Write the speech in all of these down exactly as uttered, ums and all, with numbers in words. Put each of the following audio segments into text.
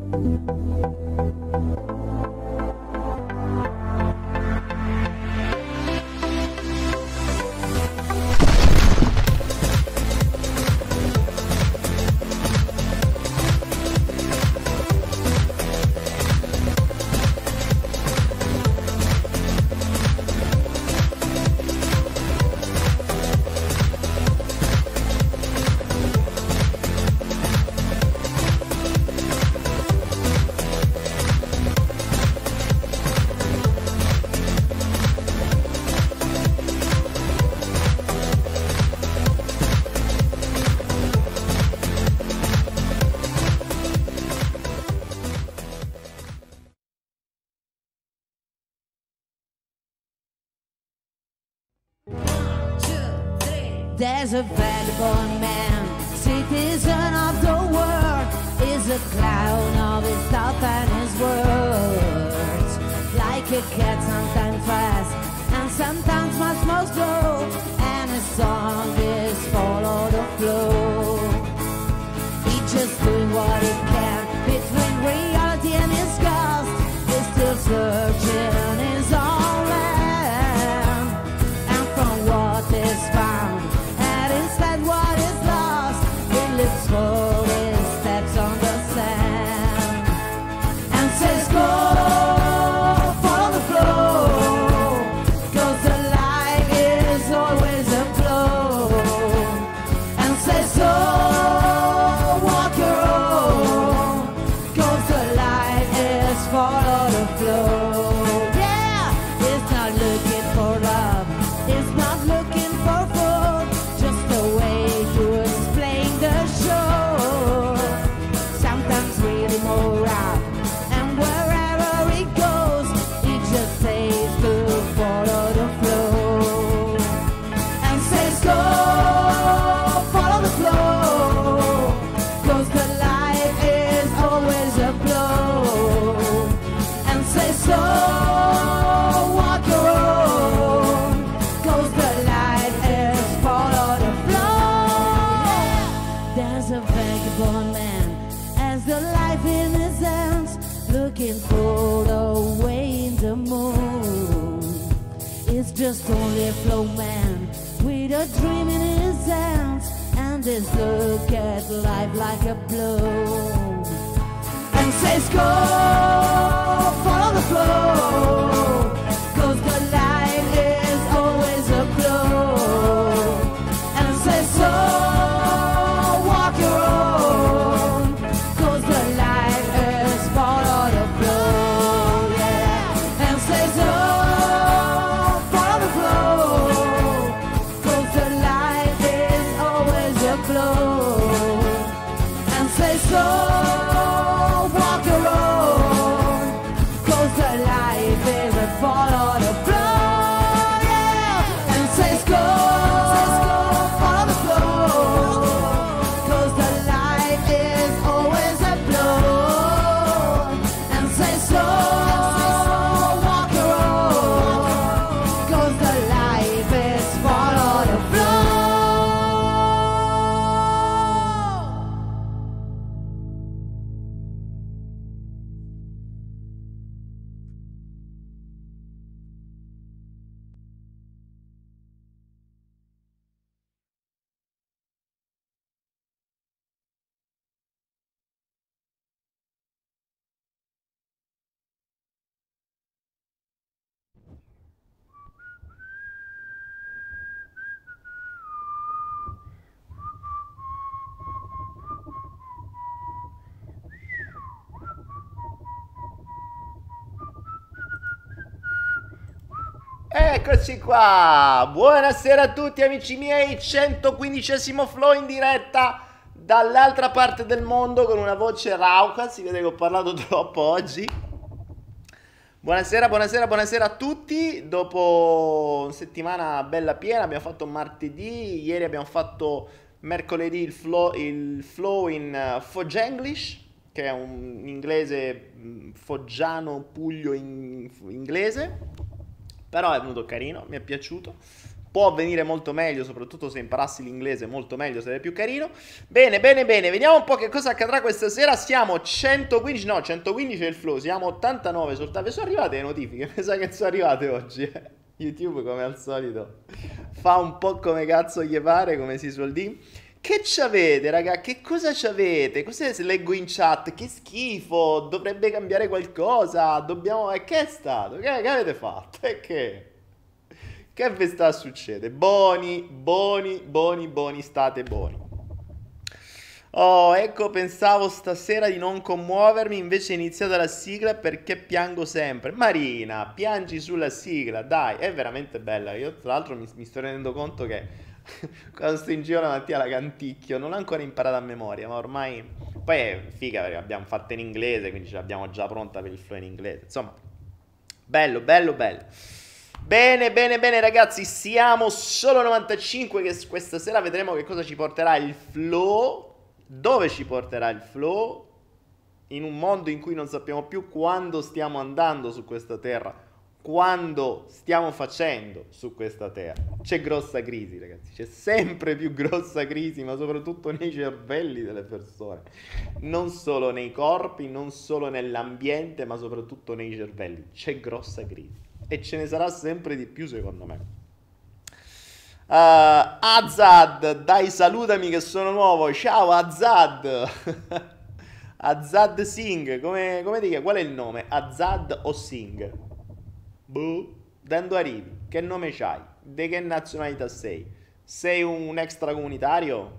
There's a vagabond man, citizen of the world, is a clown of his thought and his words. Like a cat, sometimes fast and sometimes much more slow, and his song is follow the flow. He's just doing what he can between reality and his ghost. He's still searching his own land, and from what is found, what is lost, he looks for his steps on the sand and says go, follow the flow, cause the light is always a flow, and says so, walk your own, cause the light is follow the flow. Yeah, it's not looking for love, it's not looking for food, just a way to explain the show. Sometimes really more out, and wherever it goes, it just says to follow the flow, and says go, follow the flow, cause the light is always a flow, and says so, walk your own, cause the light is follow the flow. There's a vagabond man, has the life in his hands, looking for the way in the moon. It's just only a flow man with a dream in his hands, and this look at life like a blow, and says go, follow the flow, cause the light is always a flow, and says so, walk your own, cause the light is follow the flow, yeah, and says oh, follow the flow, cause the light is always a flow, and says so, walk your own, cause the light is a follow the flow, yeah, and says go, follow the flow, cause the light is always a flow, and says so, walk your own, cause the light is follow the flow. Eccoci qua, buonasera a tutti amici miei, centoquindicesimo flow in diretta dall'altra parte del mondo con una voce rauca, si vede che ho parlato troppo oggi. Buonasera, buonasera, buonasera a tutti, dopo una settimana bella piena, abbiamo fatto martedì, ieri abbiamo fatto mercoledì il flow, il flow in uh, Foggenglish, che è un inglese mh, foggiano, puglio in, in inglese. Però è venuto carino, mi è piaciuto. può venire molto meglio, soprattutto se imparassi l'inglese molto meglio, sarebbe più carino. Bene, bene, bene, vediamo un po' che cosa accadrà questa sera. Siamo centoquindici, no, centoquindici è il flow, siamo ottantanove soltanto. Sono arrivate le notifiche, mi sa che sono arrivate oggi. eh. YouTube, come al solito, fa un po' come cazzo gli pare, come si suol dire. Che c'avete, raga? Che cosa c'avete? Cos'è se leggo in chat? Che schifo, dovrebbe cambiare qualcosa, dobbiamo... E che è stato? Che, che avete fatto? E che... Che vi sta a succedere? Boni, boni, boni, boni, state buoni. Oh, ecco, pensavo stasera di non commuovermi, invece è iniziata la sigla perché piango sempre. Marina, piangi sulla sigla, dai, è veramente bella. Io tra l'altro mi, mi sto rendendo conto che quando sto in giro la mattina la canticchio, non l'ho ancora imparata a memoria, ma ormai... Poi è figa perché l'abbiamo fatta in inglese, quindi ce l'abbiamo già pronta per il flow in inglese. Insomma, bello, bello, bello. Bene, bene, bene ragazzi, siamo solo novantacinque, che questa sera vedremo che cosa ci porterà il flow, dove ci porterà il flow, in un mondo in cui non sappiamo più quando stiamo andando su questa terra, quando stiamo facendo su questa terra. C'è grossa crisi ragazzi, c'è sempre più grossa crisi, ma soprattutto nei cervelli delle persone, non solo nei corpi, non solo nell'ambiente, ma soprattutto nei cervelli. C'è grossa crisi. E ce ne sarà sempre di più secondo me. uh, Azad, dai salutami che sono nuovo. Ciao Azad. Azad Singh, come, come ti chiami? Qual è il nome? Azad o Singh? Boh. Da dove arrivi? Che nome c'hai? Di che nazionalità sei? Sei un extracomunitario?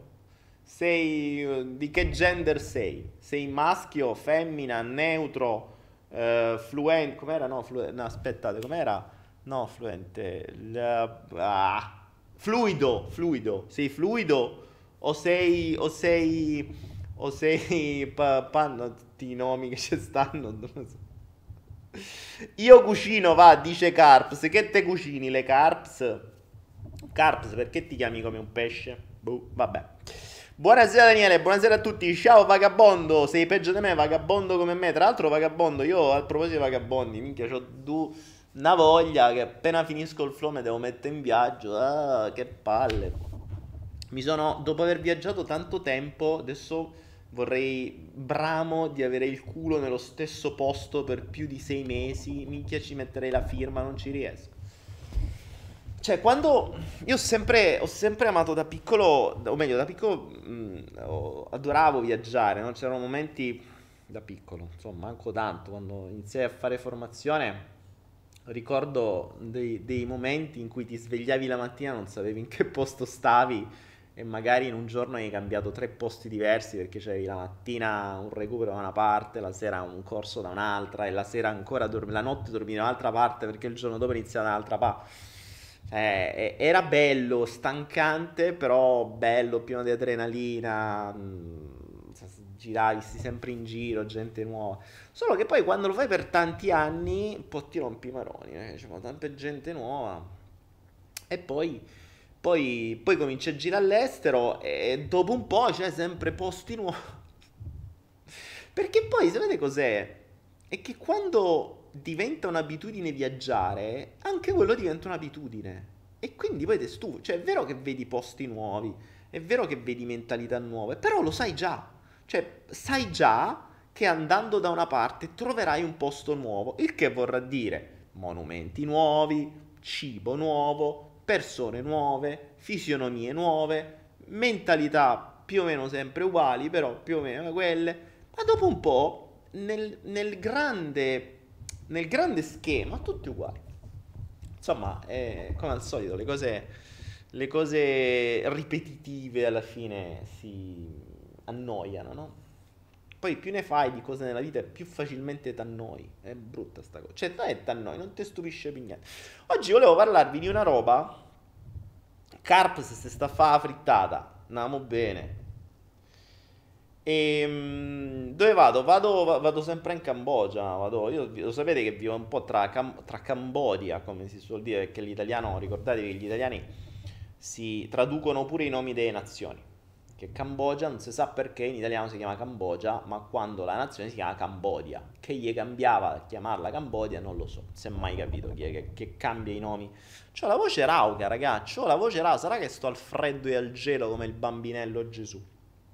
Sei... di che gender sei? Sei maschio, femmina, neutro? Uh, fluente, com'era? No, fluente, no, aspettate, com'era? No, fluente, la, ah, fluido, fluido, sei fluido o sei, o sei, o sei, pa, pa, tutti i nomi che ci stanno, non lo so. Io cucino, va, dice Carps, che te cucini le Carps? Carps, perché ti chiami come un pesce? Boh, vabbè. Buonasera Daniele, buonasera a tutti, ciao vagabondo, sei peggio di me, vagabondo come me, tra l'altro vagabondo, io a proposito di vagabondi, minchia, c'ho du- una voglia che appena finisco il flow mi devo mettere in viaggio, ah, che palle. Mi sono, dopo aver viaggiato tanto tempo, adesso vorrei, bramo di avere il culo nello stesso posto per più di sei mesi, minchia ci metterei la firma, non ci riesco. Cioè, quando io ho sempre, ho sempre amato da piccolo, o meglio, da piccolo mh, ho- adoravo viaggiare, no? C'erano momenti da piccolo, insomma, manco tanto, quando iniziai a fare formazione, ricordo dei, dei momenti in cui ti svegliavi la mattina, non sapevi in che posto stavi e magari in un giorno hai cambiato tre posti diversi perché c'avevi la mattina un recupero da una parte, la sera un corso da un'altra e la sera ancora dormi, la notte dormivi da un'altra parte perché il giorno dopo iniziava da un'altra parte. Eh, e- era bello, stancante, però bello, pieno di adrenalina. mm, s- s- Giravi, stai sempre in giro, gente nuova. Solo che poi quando lo fai per tanti anni, un po' ti rompi i maroni, eh, c'è tanta gente nuova. E poi, poi, poi cominci a girare all'estero e dopo un po' c'è sempre posti nuovi. Perché poi, sapete cos'è? È che quando diventa un'abitudine viaggiare, anche quello diventa un'abitudine. E quindi poi ti stufi. Cioè, è vero che vedi posti nuovi, è vero che vedi mentalità nuove, però lo sai già. Cioè, sai già che andando da una parte troverai un posto nuovo, il che vorrà dire monumenti nuovi, cibo nuovo, persone nuove, fisionomie nuove, mentalità più o meno sempre uguali, però più o meno quelle. Ma dopo un po', nel, nel grande, nel grande schema, tutti uguali. Insomma, è come al solito, le cose, le cose ripetitive alla fine si annoiano, no? Poi più ne fai di cose nella vita, e più facilmente t'annoi. È brutta sta cosa. Cioè, non è t'annoi, non ti stupisce per niente. Oggi volevo parlarvi di una roba. Carps se sta a fa la frittata. Andiamo bene. E dove vado? Vado, va- vado sempre in Cambogia. Vado, io lo sapete che vivo un po' tra, Cam- tra Cambodia, come si suol dire, perché l'italiano, ricordatevi che gli italiani si traducono pure i nomi delle nazioni. che Cambogia non si sa perché in italiano si chiama Cambogia, ma quando la nazione si chiama Cambodia, che gli cambiava a chiamarla Cambodia non lo so, si è mai capito chi è che, che cambia i nomi. C'ho la voce rauca, ragazzi, c'ho la voce rauca, sarà che sto al freddo e al gelo come il bambinello Gesù.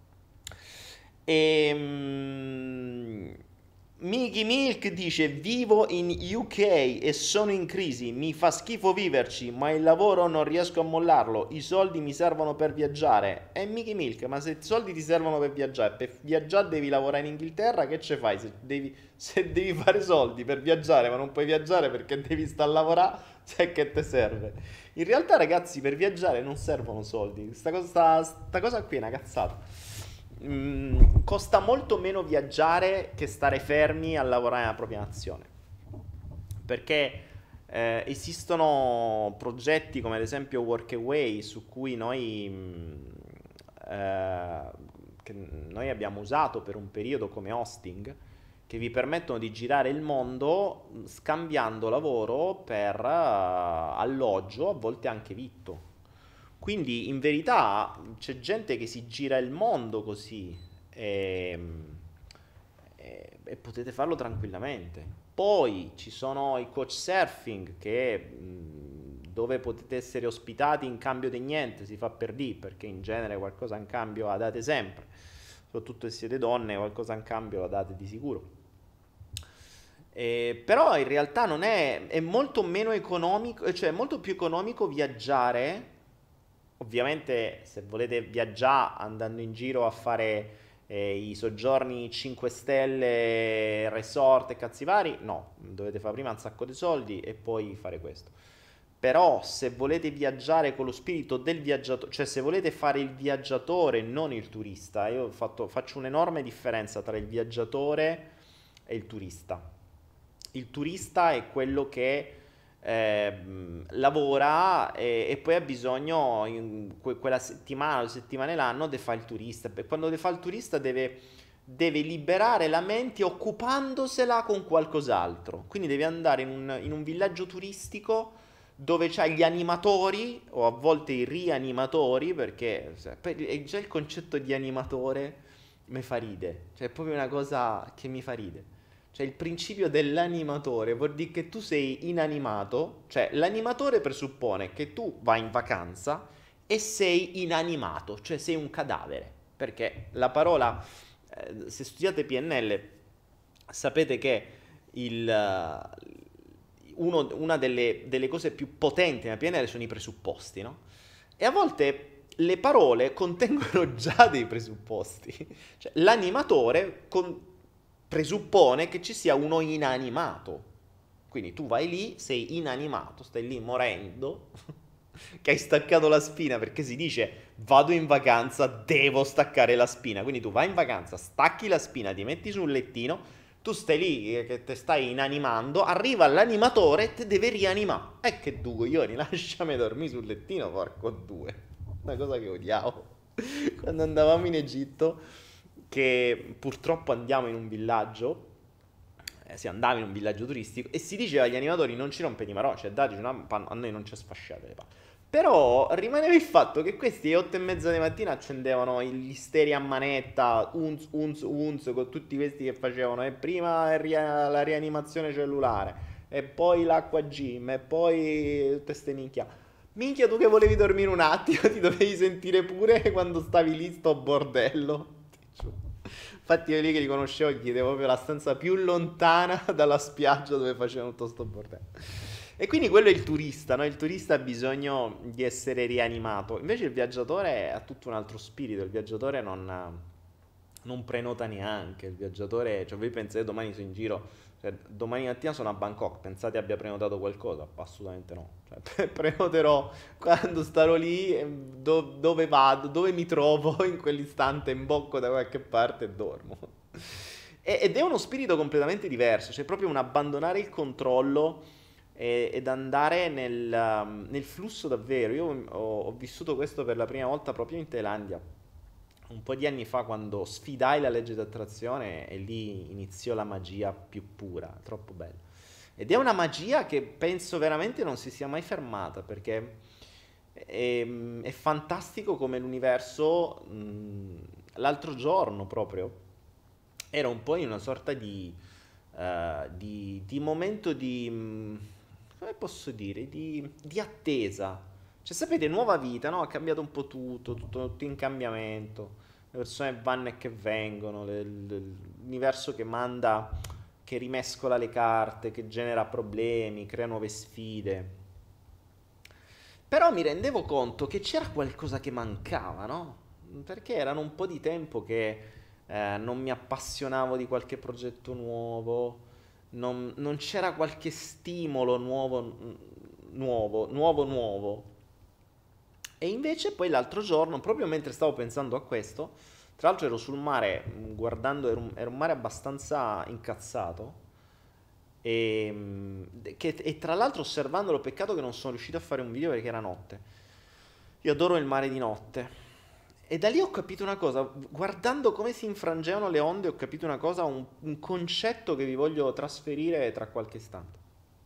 E Mickey Milk dice: vivo in U K e sono in crisi, mi fa schifo viverci, ma il lavoro non riesco a mollarlo, i soldi mi servono per viaggiare. E Mickey Milk, ma se i soldi ti servono per viaggiare, per viaggiare devi lavorare in Inghilterra, che ce fai? Se devi, se devi fare soldi per viaggiare ma non puoi viaggiare perché devi stare a lavorare, sai che te serve? In realtà, ragazzi, per viaggiare non servono soldi, sta cosa, sta cosa qui è una cazzata. Mm, costa molto meno viaggiare che stare fermi a lavorare nella propria nazione, perché eh, esistono progetti come ad esempio Workaway su cui noi, mm, eh, che noi abbiamo usato per un periodo come hosting, che vi permettono di girare il mondo scambiando lavoro per uh, alloggio, a volte anche vitto. Quindi in verità c'è gente che si gira il mondo così e, e, e potete farlo tranquillamente. Poi ci sono i couchsurfing che, mh, dove potete essere ospitati in cambio di niente, si fa per dire, perché in genere qualcosa in cambio la date sempre, soprattutto se siete donne, qualcosa in cambio la date di sicuro. Eh, però in realtà non è, è molto meno economico, cioè è molto più economico viaggiare. Ovviamente se volete viaggiare andando in giro a fare eh, i soggiorni cinque stelle, resort e cazzi vari, no, dovete fare prima un sacco di soldi e poi fare questo. Però se volete viaggiare con lo spirito del viaggiatore, cioè se volete fare il viaggiatore, non il turista, io ho fatto, faccio un'enorme differenza tra il viaggiatore e il turista. Il turista è quello che eh, lavora e, e poi ha bisogno in que- quella settimana o settimane l'anno di fare il turista. E quando fa il turista deve, deve liberare la mente occupandosela con qualcos'altro. Quindi deve andare in un, in un villaggio turistico dove c'ha gli animatori o a volte i rianimatori, perché è già il concetto di animatore mi fa ride, cioè è proprio una cosa che mi fa ride. Cioè il principio dell'animatore vuol dire che tu sei inanimato, cioè l'animatore presuppone che tu vai in vacanza e sei inanimato, cioè sei un cadavere, perché la parola, eh, se studiate P N L sapete che il, uno, una delle, delle cose più potenti nella P N L sono i presupposti, no? E a volte le parole contengono già dei presupposti, cioè l'animatore con presuppone che ci sia uno inanimato. Quindi tu vai lì, sei inanimato, stai lì morendo, che hai staccato la spina, perché si dice vado in vacanza, devo staccare la spina. Quindi tu vai in vacanza, stacchi la spina, ti metti sul lettino, tu stai lì che te stai inanimando, arriva l'animatore e te deve rianimare. E che due coglioni, lasciami dormire sul lettino, porco due. Una cosa che odiavo. Quando andavamo in Egitto, che purtroppo andiamo in un villaggio, eh, si andava in un villaggio turistico e si diceva agli animatori non ci rompete i marò, cioè dateci una panna, a noi non ci sfasciate le palle. Però rimaneva il fatto che questi alle otto e mezza di mattina accendevano gli steri a manetta, unz, unz, unz, con tutti questi che facevano e prima la rianimazione cellulare e poi l'acqua gym e poi tutte ste minchia. Minchia, tu che volevi dormire un attimo ti dovevi sentire pure quando stavi lì sto bordello. Infatti io lì che li conoscevo gli chiedevo proprio la stanza più lontana dalla spiaggia dove facevano tutto sto bordello. E quindi quello è il turista, no? Il turista ha bisogno di essere rianimato. Invece il viaggiatore ha tutto un altro spirito. Il viaggiatore non, non prenota neanche. Il viaggiatore, cioè voi pensate domani sono in giro, cioè domani mattina sono a Bangkok, pensate abbia prenotato qualcosa? Assolutamente no. Cioè, prenoterò quando starò lì, do, dove vado, dove mi trovo in quell'istante, imbocco da qualche parte e dormo. E, ed è uno spirito completamente diverso, cioè proprio un abbandonare il controllo e, ed andare nel, um, nel flusso davvero. Io ho, ho vissuto questo per la prima volta proprio in Thailandia, un po' di anni fa, quando sfidai la legge d'attrazione e lì iniziò la magia più pura, troppo bello. Ed è una magia che penso veramente non si sia mai fermata, perché E, è fantastico come l'universo, mh, l'altro giorno proprio, era un po' in una sorta di, eh, di, di momento di, mh, come posso dire, di, di attesa. Cioè, sapete, nuova vita, no? Ha cambiato un po' tutto, tutto, tutto in cambiamento. Le persone vanno e che vengono, le- le- l'universo che manda, che rimescola le carte, che genera problemi, crea nuove sfide. Però mi rendevo conto che c'era qualcosa che mancava, no? Perché erano un po' di tempo che eh, non mi appassionavo di qualche progetto nuovo, non, non c'era qualche stimolo nuovo, nuovo, nuovo, nuovo. E invece poi l'altro giorno, proprio mentre stavo pensando a questo, tra l'altro ero sul mare, mh, guardando, era un, era un mare abbastanza incazzato, e, mh, che- e tra l'altro osservandolo, peccato che non sono riuscito a fare un video perché era notte. Io adoro il mare di notte. E da lì ho capito una cosa, guardando come si infrangevano le onde, ho capito una cosa, un, un concetto che vi voglio trasferire tra qualche istante.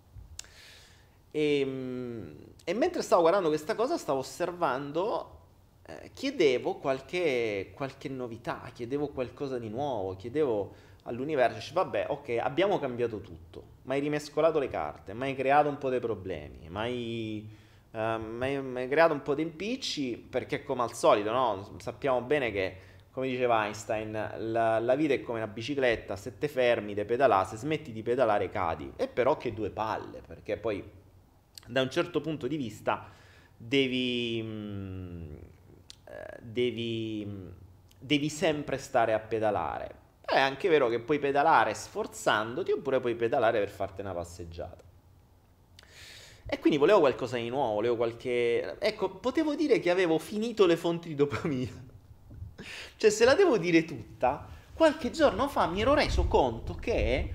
E, mm, e mentre stavo guardando questa cosa, stavo osservando, eh, chiedevo qualche, qualche novità, chiedevo qualcosa di nuovo, chiedevo all'universo, dice, vabbè, ok, abbiamo cambiato tutto, ma hai rimescolato le carte, ma hai creato un po' dei problemi, ma hai, eh, ma hai- ma hai creato un po' di impicci, perché come al solito, no? Sappiamo bene che, come diceva Einstein, la, la vita è come una bicicletta, se te fermi, te pedalà, se smetti di pedalare cadi, e però che due palle, perché poi da un certo punto di vista devi, mm, eh, devi, mm, devi sempre stare a pedalare. Però è anche vero che puoi pedalare sforzandoti oppure puoi pedalare per farti una passeggiata. E quindi volevo qualcosa di nuovo, volevo qualche... Ecco, potevo dire che avevo finito le fonti di dopamina. Cioè, se la devo dire tutta, qualche giorno fa mi ero reso conto che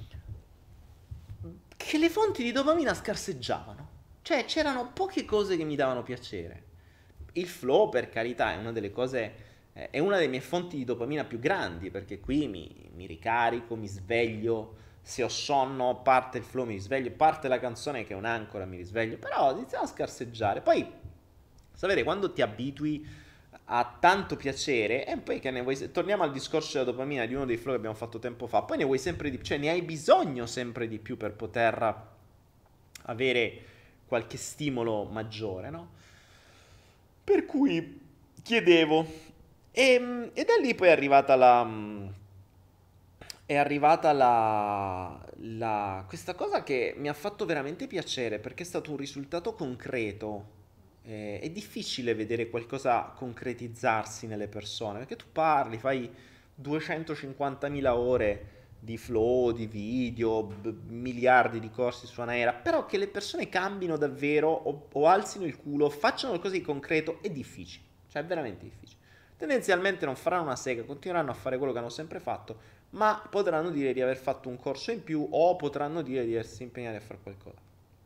che le fonti di dopamina scarseggiavano. Cioè, c'erano poche cose che mi davano piacere. Il flow, per carità, è una delle cose, eh, è una delle mie fonti di dopamina più grandi, perché qui mi, mi ricarico, mi sveglio, se ho sonno, parte il flow, mi risveglio, parte la canzone che è un'ancora, mi risveglio, però iniziamo a scarseggiare. Poi, sapete, quando ti abitui a tanto piacere, e poi che ne vuoi, torniamo al discorso della dopamina di uno dei flow che abbiamo fatto tempo fa, poi ne vuoi sempre di più, cioè ne hai bisogno sempre di più per poter avere qualche stimolo maggiore, no? Per cui chiedevo, e, e da lì poi è arrivata la, è arrivata la, la- questa cosa che mi ha fatto veramente piacere perché è stato un risultato concreto. Eh, è difficile vedere qualcosa concretizzarsi nelle persone perché tu parli, fai duecentocinquantamila ore di flow, di video, b- miliardi di corsi su Anaera, però che le persone cambino davvero o, o alzino il culo, facciano qualcosa di concreto è difficile, cioè è veramente difficile. Tendenzialmente non faranno una sega, continueranno a fare quello che hanno sempre fatto, ma potranno dire di aver fatto un corso in più o potranno dire di essersi impegnati a fare qualcosa.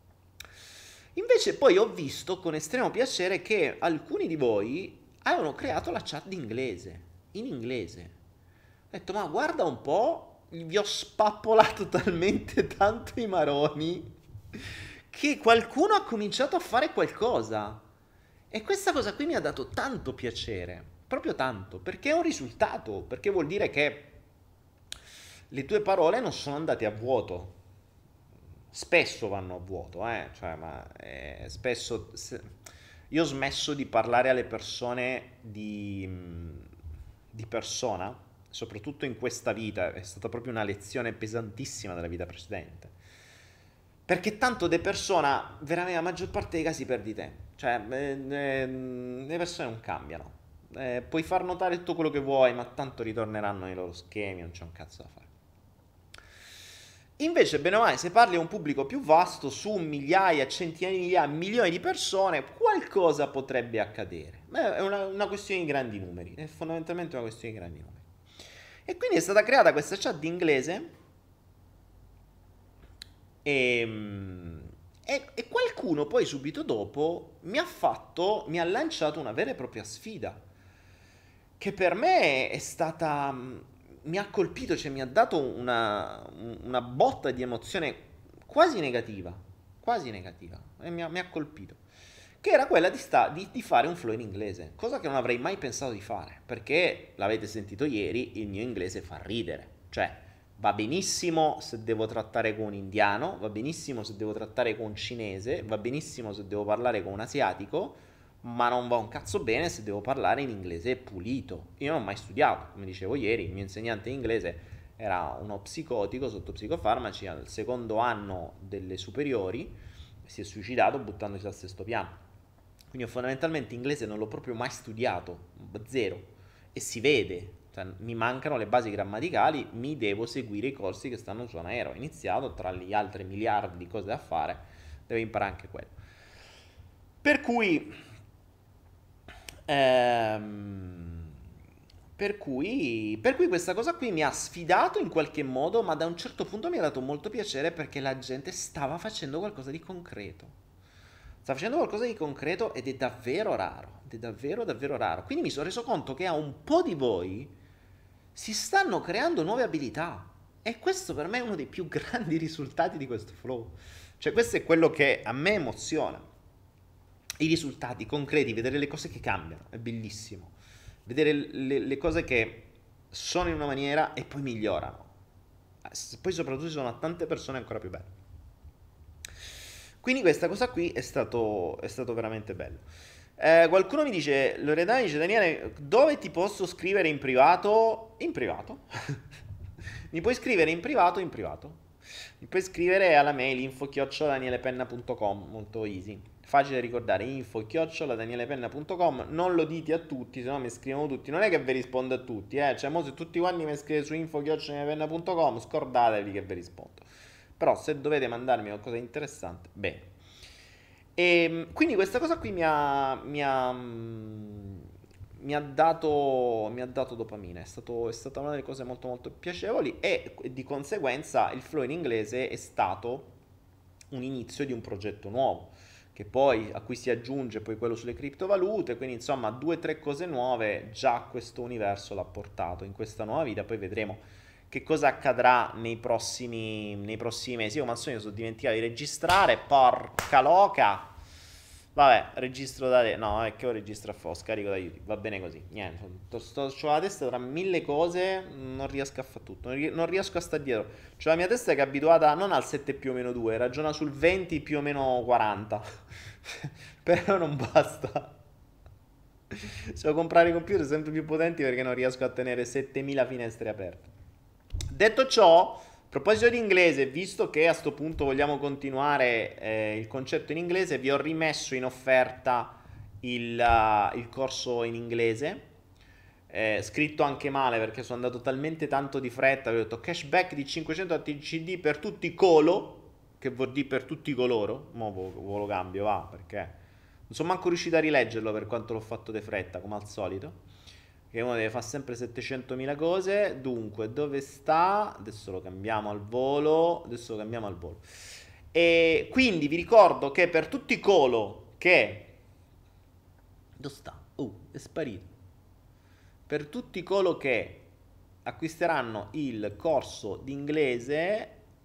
Invece poi ho visto con estremo piacere che alcuni di voi avevano creato la chat d'inglese, in inglese. Ho detto, ma guarda un po', vi ho spappolato talmente tanto i maroni che qualcuno ha cominciato a fare qualcosa. E questa cosa qui mi ha dato tanto piacere, proprio tanto, perché è un risultato, perché vuol dire che le tue parole non sono andate a vuoto. Spesso vanno a vuoto, eh? Cioè, ma eh, spesso se- io ho smesso di parlare alle persone di, mh, di persona, soprattutto in questa vita, è stata proprio una lezione pesantissima della vita precedente. Perché tanto de persona, veramente la maggior parte dei casi perdi te. Cioè, eh, eh, le persone non cambiano. Eh, puoi far notare tutto quello che vuoi, ma tanto ritorneranno nei loro schemi, non c'è un cazzo da fare. Invece, bene o male, se parli a un pubblico più vasto, su migliaia, centinaia di migliaia, milioni di persone, qualcosa potrebbe accadere. Ma è una, una questione di grandi numeri, è fondamentalmente una questione di grandi numeri. E quindi è stata creata questa chat di inglese e, e, e qualcuno poi subito dopo mi ha fatto, mi ha lanciato una vera e propria sfida, che per me è stata, mi ha colpito, cioè mi ha dato una, una botta di emozione quasi negativa, quasi negativa, e mi ha, mi ha colpito. che era quella di, sta- di, di fare un flow in inglese, cosa che non avrei mai pensato di fare, perché l'avete sentito ieri, il mio inglese fa ridere, cioè va benissimo se devo trattare con un indiano, va benissimo se devo trattare con un cinese, va benissimo se devo parlare con un asiatico, ma non va un cazzo bene se devo parlare in inglese pulito. Io non ho mai studiato, come dicevo ieri, il mio insegnante di inglese era uno psicotico sotto psicofarmaci al secondo anno delle superiori, si è suicidato buttandosi dal sesto piano. Quindi io fondamentalmente inglese non l'ho proprio mai studiato, zero, e si vede, cioè, mi mancano le basi grammaticali, mi devo seguire i corsi che stanno su Anaero. Ho iniziato, tra gli altri miliardi di cose da fare, devo imparare anche quello. Per cui, ehm, per cui, per cui questa cosa qui mi ha sfidato in qualche modo, ma da un certo punto mi ha dato molto piacere perché la gente stava facendo qualcosa di concreto. Sta facendo qualcosa di concreto ed è davvero raro, ed è davvero davvero raro. Quindi mi sono reso conto che a un po' di voi si stanno creando nuove abilità e questo per me è uno dei più grandi risultati di questo flow. Cioè questo è quello che a me emoziona. I risultati concreti, vedere le cose che cambiano, è bellissimo. Vedere le, le cose che sono in una maniera e poi migliorano. Poi soprattutto ci sono tante persone ancora più belle. Quindi questa cosa qui è stato, è stato veramente bello. Eh, qualcuno mi dice, Loredana dice, Daniele, dove ti posso scrivere in privato? In privato. Mi puoi scrivere in privato, in privato. Mi puoi scrivere alla mail info chiocciola danielepenna punto com, molto easy. Facile da ricordare, info chiocciola danielepenna punto com. Non lo dite a tutti, se no mi scrivono tutti. Non è che vi rispondo a tutti, eh. Cioè, mo se tutti quanti mi scrivete su info chiocciola danielepenna punto com, scordatevi che vi rispondo. Però se dovete mandarmi qualcosa di interessante, bene. E quindi questa cosa qui mi ha, mi ha, mi ha dato, mi ha dato dopamina, è, stato, è stata una delle cose molto molto piacevoli e di conseguenza il flow in inglese è stato un inizio di un progetto nuovo, che poi, a cui si aggiunge poi quello sulle criptovalute, quindi insomma due o tre cose nuove già questo universo l'ha portato in questa nuova vita, poi vedremo che cosa accadrà nei prossimi, nei prossimi mesi. Io come al solito sono dimenticato di registrare, porca loca. Vabbè, registro da te. No, è che io registro a fuoco, scarico da YouTube, va bene così. Niente, sto, sto, ho la testa tra mille cose, non riesco a fare tutto, non riesco a stare dietro. Cioè la mia testa che è abituata non al sette più o meno due, ragiona sul venti più o meno quaranta. Però non basta. Devo comprare computer sempre più potenti perché non riesco a tenere settemila finestre aperte. Detto ciò, a proposito di inglese, visto che a sto punto vogliamo continuare eh, il concetto in inglese, vi ho rimesso in offerta il, uh, il corso in inglese, eh, scritto anche male perché sono andato talmente tanto di fretta, vi ho detto cashback di cinquecento A T C D per tutti colo, che vuol dire per tutti coloro, mo ve lo cambio, va, perché non sono manco riuscito a rileggerlo per quanto l'ho fatto di fretta, come al solito. Che uno deve fare sempre settecentomila cose. Dunque, dove sta? Adesso lo cambiamo al volo. Adesso lo cambiamo al volo. E quindi vi ricordo che per tutti coloro che... Dove sta? Oh, è sparito. Per tutti coloro che acquisteranno il corso d'inglese,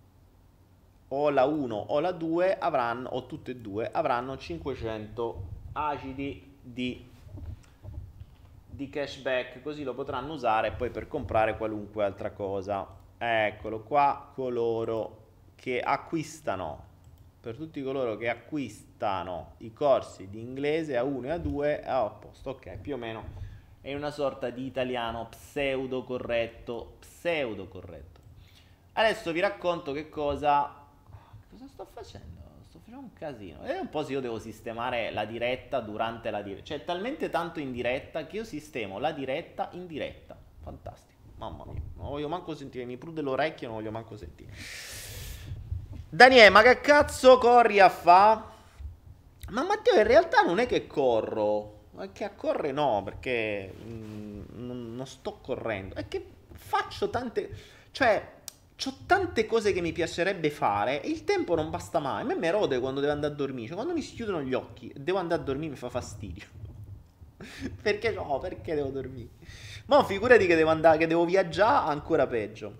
o la uno o la due avranno, o tutte e due, avranno cinquecento acidi di di cashback, così lo potranno usare poi per comprare qualunque altra cosa. Eccolo qua, coloro che acquistano, per tutti coloro che acquistano i corsi di inglese A uno e A due, è a posto, ok, più o meno è una sorta di italiano pseudo corretto, pseudo corretto. Adesso vi racconto che cosa cosa sto facendo. Sto facendo un casino. E un po' se io devo sistemare la diretta durante la diretta. Cioè, talmente tanto in diretta che io sistemo la diretta in diretta. Fantastico. Mamma mia. Non voglio manco sentire. Mi prude l'orecchio, non voglio manco sentire. Daniele, ma che cazzo corri a fa? Ma Matteo, in realtà non è che corro. È che a correre no, perché mm, non, non sto correndo. È che faccio tante... Cioè... C'ho tante cose che mi piacerebbe fare e il tempo non basta mai. A me mi rode quando devo andare a dormire. Cioè, quando mi si chiudono gli occhi e devo andare a dormire mi fa fastidio. Perché no? Perché devo dormire? Ma figurati che devo andare, che devo viaggiare, ancora peggio.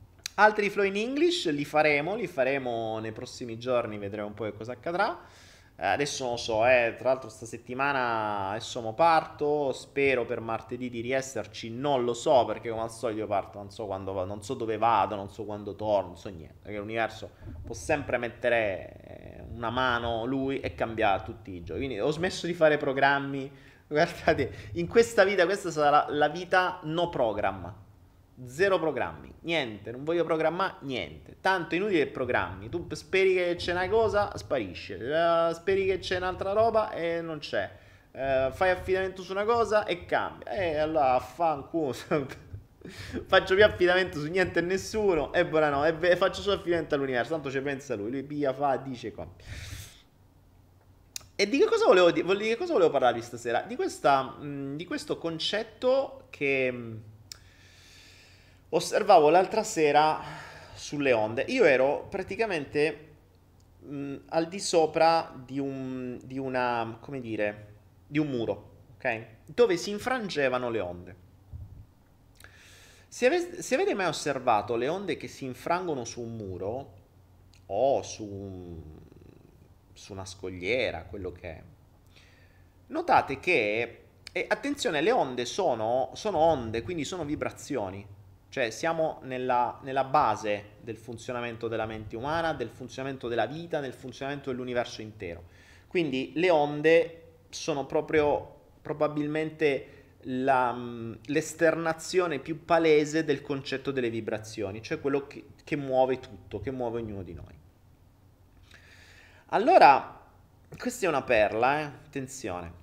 Altri flow in English li faremo, li faremo nei prossimi giorni, vedremo un po' che cosa accadrà. Eh, adesso non lo so, eh, tra l'altro sta settimana adesso mo parto, spero per martedì di riesserci, non lo so perché come al solito parto, non so quando va- non so dove vado, non so quando torno, non so niente, perché l'universo può sempre mettere eh, una mano lui e cambiare tutti i giochi. Quindi ho smesso di fare programmi. Guardate, in questa vita questa sarà la vita no programma. Zero programmi, niente, non voglio programmare niente. Tanto inutile che programmi. Tu speri che c'è una cosa, sparisce. Eh, speri che c'è un'altra roba e non c'è. Eh, fai affidamento su una cosa e cambia. E allora fanculo. Faccio più affidamento su niente e nessuno. E buonanotte. E faccio solo affidamento all'universo. Tanto ci pensa lui. Lui pia, fa, dice, compie. E di che cosa volevo, di, di che cosa volevo parlarvi stasera? Di, questa, mh, di questo concetto che mh, osservavo l'altra sera sulle onde. Io ero praticamente mh, al di sopra di un, di una, come dire, di un muro, ok? Dove si infrangevano le onde. Se, ave- se avete mai osservato le onde che si infrangono su un muro o su un su una scogliera, quello che è. Notate che, e attenzione, le onde sono, sono onde, quindi sono vibrazioni, cioè siamo nella, nella base del funzionamento della mente umana, del funzionamento della vita, del funzionamento dell'universo intero. Quindi le onde sono proprio probabilmente la, l'esternazione più palese del concetto delle vibrazioni, cioè quello che, che muove tutto, che muove ognuno di noi. Allora, questa è una perla, eh? Attenzione.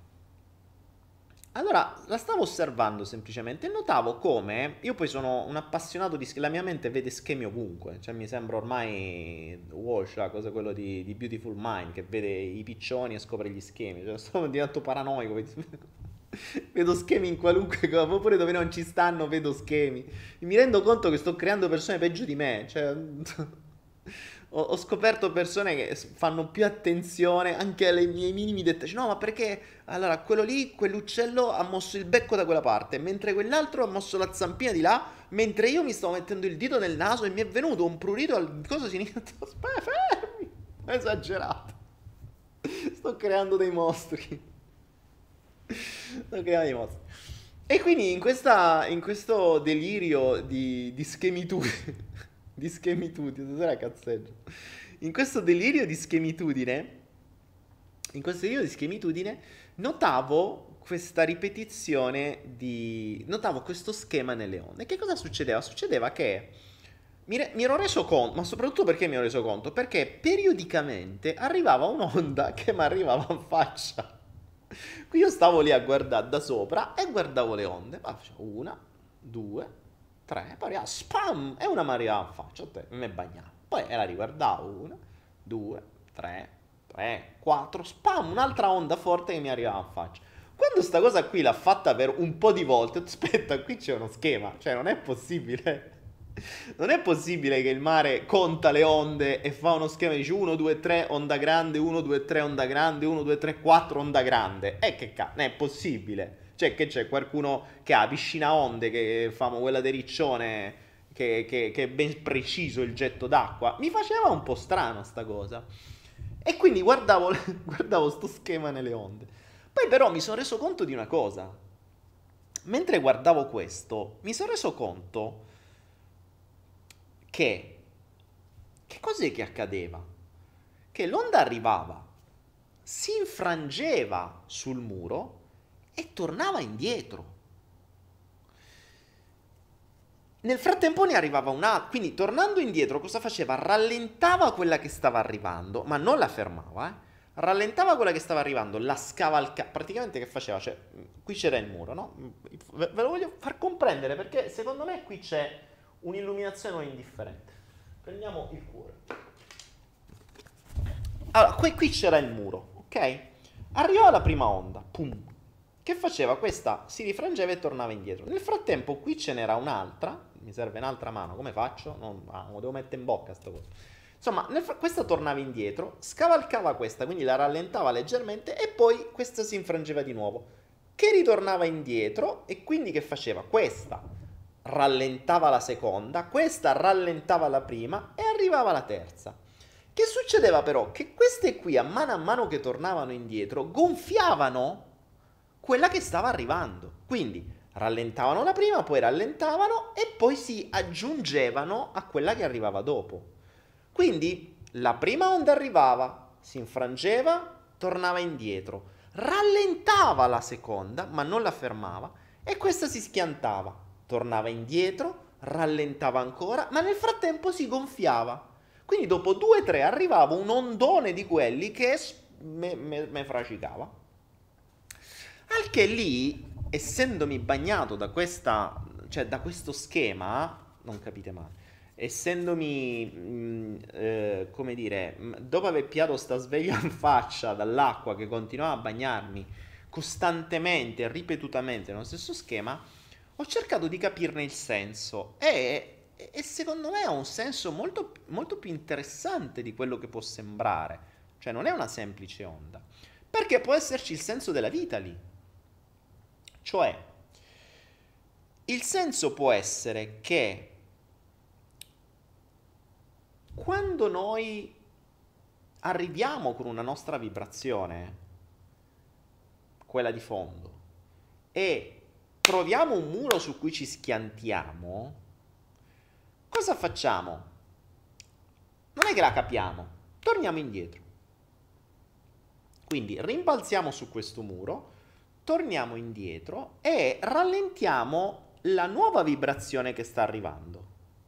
Allora, la stavo osservando semplicemente e notavo come, io poi sono un appassionato di schemi, la mia mente vede schemi ovunque, cioè mi sembra ormai Walsh, la cosa quello di, di Beautiful Mind, che vede i piccioni e scopre gli schemi, cioè sono diventato paranoico, vedo schemi in qualunque cosa, oppure dove non ci stanno vedo schemi, mi rendo conto che sto creando persone peggio di me, cioè... Ho, ho scoperto persone che fanno più attenzione anche ai miei minimi dettagli. No, ma perché allora quello lì, quell'uccello ha mosso il becco da quella parte, mentre quell'altro ha mosso la zampina di là, mentre io mi stavo mettendo il dito nel naso e mi è venuto un prurito al coso sinistro. Aspetta, fermi! Ho esagerato. Sto creando dei mostri. Sto creando dei mostri. E quindi in, questa, in questo delirio di, di schemitudine, di schemitudine, stasera cazzeggio. In questo delirio di schemitudine, in questo delirio di schemitudine, notavo questa ripetizione di... notavo questo schema nelle onde. Che cosa succedeva? Succedeva che mi, re... mi ero reso conto, ma soprattutto perché mi ero reso conto? Perché periodicamente arrivava un'onda che mi arrivava in faccia. Qui io stavo lì a guardare da sopra e guardavo le onde. Ma facevo una, due, tre, poi arrivava, spam! E una mi arrivava in faccia, te, me bagnavo. Poi la riguardavo, una, due, tre, tre, quattro, spam! Un'altra onda forte che mi arrivava in faccia. Quando sta cosa qui l'ha fatta per un po' di volte, aspetta, qui c'è uno schema, cioè non è possibile. Non è possibile che il mare conta le onde e fa uno schema e dice uno, due, tre, onda grande, uno, due, tre, onda grande, uno, due, tre, quattro, onda grande. E che cazzo, non è possibile. Cioè che c'è qualcuno che ha piscina onde, che famo quella di Riccione, che, che, che è ben preciso il getto d'acqua. Mi faceva un po' strano sta cosa. E quindi guardavo, guardavo sto schema nelle onde. Poi però mi sono reso conto di una cosa. Mentre guardavo questo, mi sono reso conto che che cos'è che accadeva? Che l'onda arrivava, si infrangeva sul muro e tornava indietro. Nel frattempo ne arrivava un'altra, quindi tornando indietro cosa faceva? Rallentava quella che stava arrivando, ma non la fermava, eh? Rallentava quella che stava arrivando, la scavalcava, praticamente che faceva? Cioè, qui c'era il muro, no? Ve lo voglio far comprendere perché secondo me qui c'è un'illuminazione non indifferente. Prendiamo il cuore. Allora, qui, qui c'era il muro, ok? Arrivava la prima onda, pum. Che faceva? Questa si rifrangeva e tornava indietro. Nel frattempo qui ce n'era un'altra, mi serve un'altra mano, come faccio? Non, ah, lo devo mettere in bocca sta cosa. Insomma, nel, questa tornava indietro, scavalcava questa, quindi la rallentava leggermente e poi questa si infrangeva di nuovo, che ritornava indietro e quindi che faceva? Questa rallentava la seconda, questa rallentava la prima e arrivava la terza. Che Che succedeva però? Che queste qui, a mano a mano che tornavano indietro, gonfiavano quella che stava arrivando. Quindi rallentavano la prima, poi rallentavano e poi si aggiungevano a quella che arrivava dopo. Quindi la prima onda arrivava, si infrangeva, tornava indietro, rallentava la seconda, ma non la fermava, e questa si schiantava, tornava indietro, rallentava ancora, ma nel frattempo si gonfiava. Quindi dopo due tre arrivava un ondone di quelli che me, me, me fracicava. Al che lì, essendomi bagnato da questa, cioè da questo schema, non capite male, essendomi, mh, eh, come dire, mh, dopo aver piato sta sveglia in faccia dall'acqua che continuava a bagnarmi costantemente, ripetutamente nello stesso schema, ho cercato di capirne il senso e, e secondo me ha un senso molto, molto più interessante di quello che può sembrare. Cioè non è una semplice onda, perché può esserci il senso della vita lì. Cioè, il senso può essere che quando noi arriviamo con una nostra vibrazione, quella di fondo, e troviamo un muro su cui ci schiantiamo, cosa facciamo? Non è che la capiamo, torniamo indietro. Quindi rimbalziamo su questo muro, torniamo indietro e rallentiamo la nuova vibrazione che sta arrivando.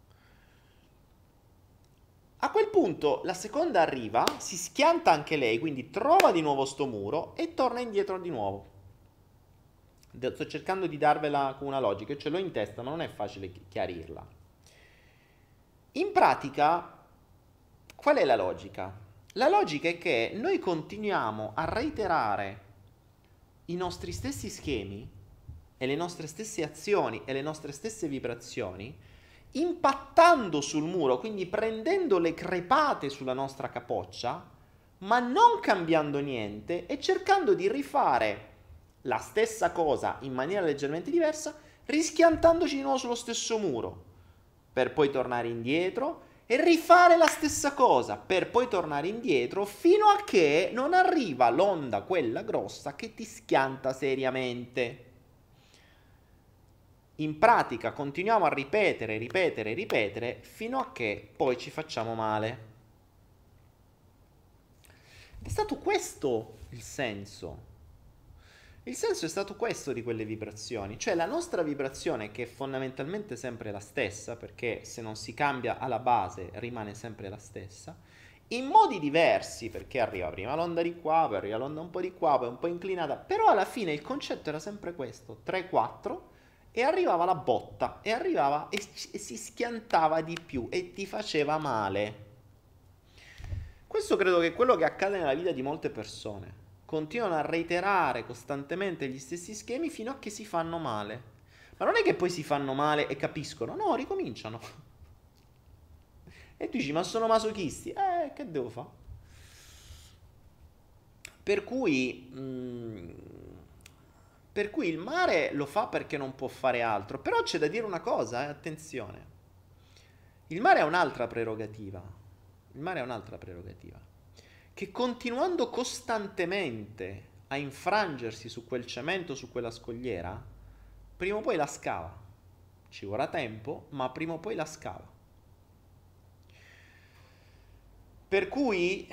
A quel punto la seconda arriva, si schianta anche lei, quindi trova di nuovo sto muro e torna indietro di nuovo. Sto cercando di darvela con una logica, ce l'ho in testa, ma non è facile chiarirla. In pratica, qual è la logica? La logica è che noi continuiamo a reiterare i nostri stessi schemi e le nostre stesse azioni e le nostre stesse vibrazioni, impattando sul muro, quindi prendendo le crepate sulla nostra capoccia, ma non cambiando niente e cercando di rifare la stessa cosa in maniera leggermente diversa, rischiantandoci di nuovo sullo stesso muro, per poi tornare indietro e rifare la stessa cosa, per poi tornare indietro, fino a che non arriva l'onda, quella grossa, che ti schianta seriamente. In pratica continuiamo a ripetere, ripetere, ripetere, fino a che poi ci facciamo male. È stato questo il senso. Il senso è stato questo di quelle vibrazioni, cioè la nostra vibrazione, che è fondamentalmente sempre la stessa, perché se non si cambia alla base rimane sempre la stessa, in modi diversi, perché arriva prima l'onda di qua, poi arriva l'onda un po' di qua, poi un po' inclinata, però alla fine il concetto era sempre questo, tre quattro, e arrivava la botta, e arrivava e, e si schiantava di più, e ti faceva male. Questo credo che è quello che accade nella vita di molte persone. Continuano a reiterare costantemente gli stessi schemi fino a che si fanno male. Ma non è che poi si fanno male e capiscono, no, ricominciano. E tu dici, ma sono masochisti? Eh, che devo fare? Per cui, mh, per cui il mare lo fa perché non può fare altro. Però c'è da dire una cosa, eh, attenzione. Il mare ha un'altra prerogativa. Il mare ha un'altra prerogativa. Che continuando costantemente a infrangersi su quel cemento, su quella scogliera, prima o poi la scava. Ci vorrà tempo, ma prima o poi la scava. Per cui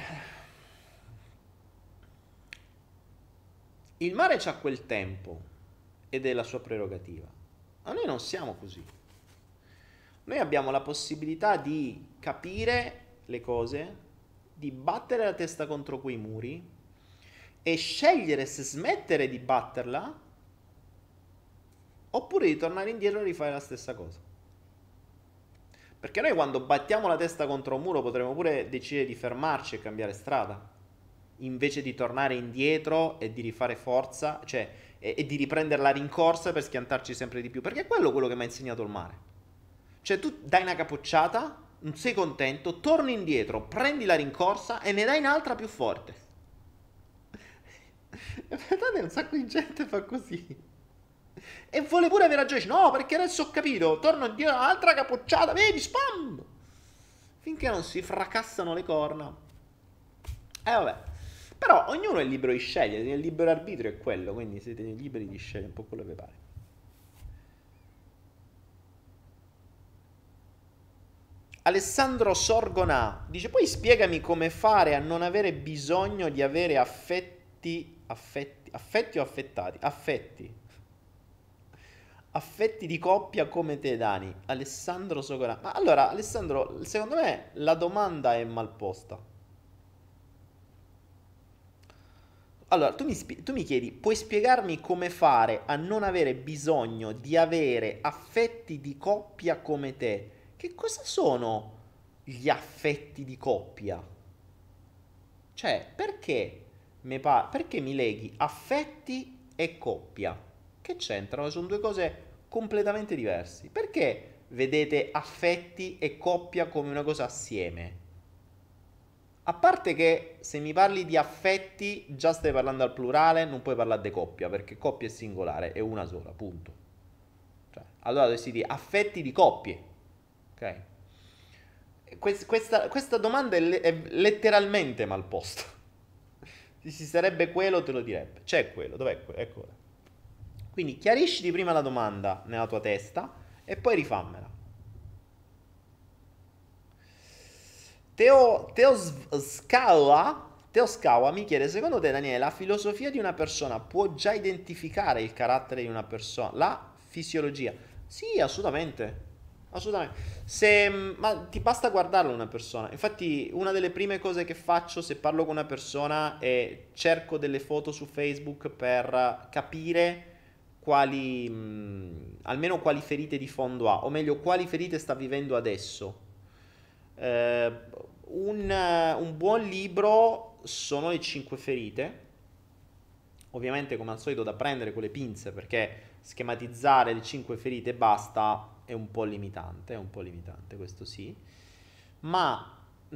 il mare c'ha quel tempo ed è la sua prerogativa. Ma noi non siamo così. Noi abbiamo la possibilità di capire le cose, di battere la testa contro quei muri e scegliere se smettere di batterla oppure di tornare indietro e rifare la stessa cosa. Perché noi quando battiamo la testa contro un muro potremmo pure decidere di fermarci e cambiare strada, invece di tornare indietro e di rifare forza, cioè e, e di riprendere la rincorsa per schiantarci sempre di più, perché è quello quello che mi ha insegnato il mare. Cioè tu dai una capocciata, non sei contento, torni indietro, prendi la rincorsa e ne dai un'altra più forte. E guardate, un sacco di gente fa così. E vuole pure avere ragione, no, perché adesso ho capito, torno indietro, un'altra capocciata, vedi, spam! Finché non si fracassano le corna. Eh vabbè. Però ognuno è libero di scegliere, il libero arbitrio è quello, quindi siete liberi di scegliere un po' quello che vi pare. Alessandro Sorgona dice: poi spiegami come fare a non avere bisogno di avere affetti, affetti, affetti o affettati? Affetti. Affetti di coppia come te, Dani. Alessandro Sorgona. Ma allora, Alessandro, secondo me la domanda è mal posta. Allora, tu mi, spie- tu mi chiedi, puoi spiegarmi come fare a non avere bisogno di avere affetti di coppia come te? Che cosa sono gli affetti di coppia? Cioè, perché mi, pa- perché mi leghi affetti e coppia? Che c'entrano? Sono due cose completamente diverse. Perché vedete affetti e coppia come una cosa assieme? A parte che se mi parli di affetti, già stai parlando al plurale, non puoi parlare di coppia, perché coppia è singolare, è una sola, punto. Cioè, allora dovresti dire affetti di coppie, ok? Quest- Questa, questa domanda è, le- è letteralmente mal posta. Se ci sarebbe quello, te lo direbbe. C'è quello, dov'è quello? Ecco. Quindi chiarisciti prima la domanda nella tua testa e poi rifammela. Teo, Teo Scaua, Teo Scaua mi chiede, secondo te Daniele, la filosofia di una persona può già identificare il carattere di una persona? La fisiologia? Sì, assolutamente. Assolutamente. Se, ma ti basta guardarlo una persona. Infatti, una delle prime cose che faccio se parlo con una persona è cerco delle foto su Facebook per capire quali, mh, almeno quali ferite di fondo ha, o meglio, quali ferite sta vivendo adesso. Eh, un, eh, un buon libro sono le cinque ferite. Ovviamente, come al solito, da prendere con le pinze perché schematizzare le cinque ferite e basta è un po' limitante, è un po' limitante, questo sì. Ma,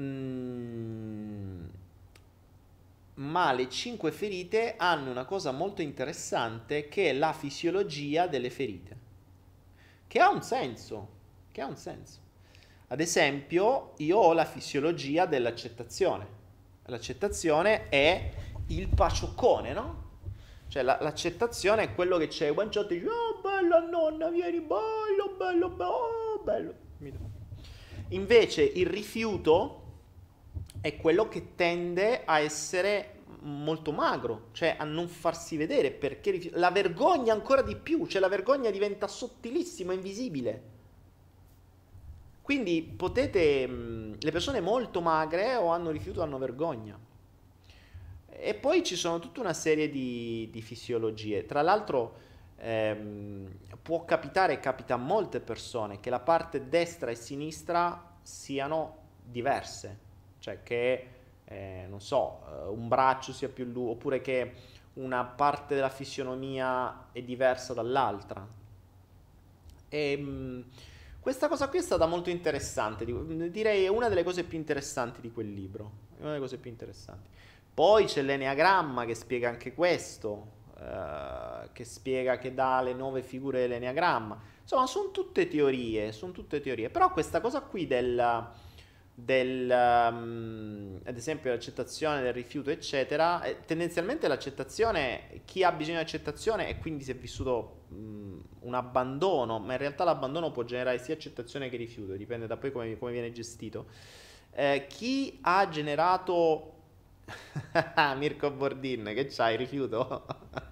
mm, ma le cinque ferite hanno una cosa molto interessante che è la fisiologia delle ferite, che ha un senso, che ha un senso. Ad esempio, io ho la fisiologia dell'accettazione. L'accettazione è il pacioccone, no? Cioè la- l'accettazione è quello che c'è. Il guanciotto dice, oh bella nonna, vieni, bello, bello, bello, oh, bello. Mi do. Invece il rifiuto è quello che tende a essere molto magro, cioè a non farsi vedere, perché rifi- la vergogna ancora di più, cioè la vergogna diventa sottilissima, invisibile. Quindi potete, mh, le persone molto magre o hanno rifiuto o hanno vergogna. E poi ci sono tutta una serie di, di fisiologie. Tra l'altro ehm, può capitare, capita a molte persone, che la parte destra e sinistra siano diverse. Cioè che, eh, non so, eh, un braccio sia più lungo, oppure che una parte della fisionomia è diversa dall'altra. E, mh, questa cosa qui è stata molto interessante, di- direi è una delle cose più interessanti di quel libro, è una delle cose più interessanti. Poi c'è l'Eneagramma che spiega anche questo, eh, che spiega, che dà le nove figure dell'Eneagramma. Insomma, sono tutte teorie, sono tutte teorie. Però questa cosa qui del, del, um, ad esempio, l'accettazione del rifiuto, eccetera, eh, tendenzialmente l'accettazione, chi ha bisogno di accettazione e quindi si è vissuto mh, un abbandono, ma in realtà l'abbandono può generare sia accettazione che rifiuto, dipende da poi come, come viene gestito. Eh, chi ha generato Mirko Bordin, che c'hai, rifiuto?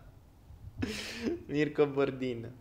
Mirko Bordin.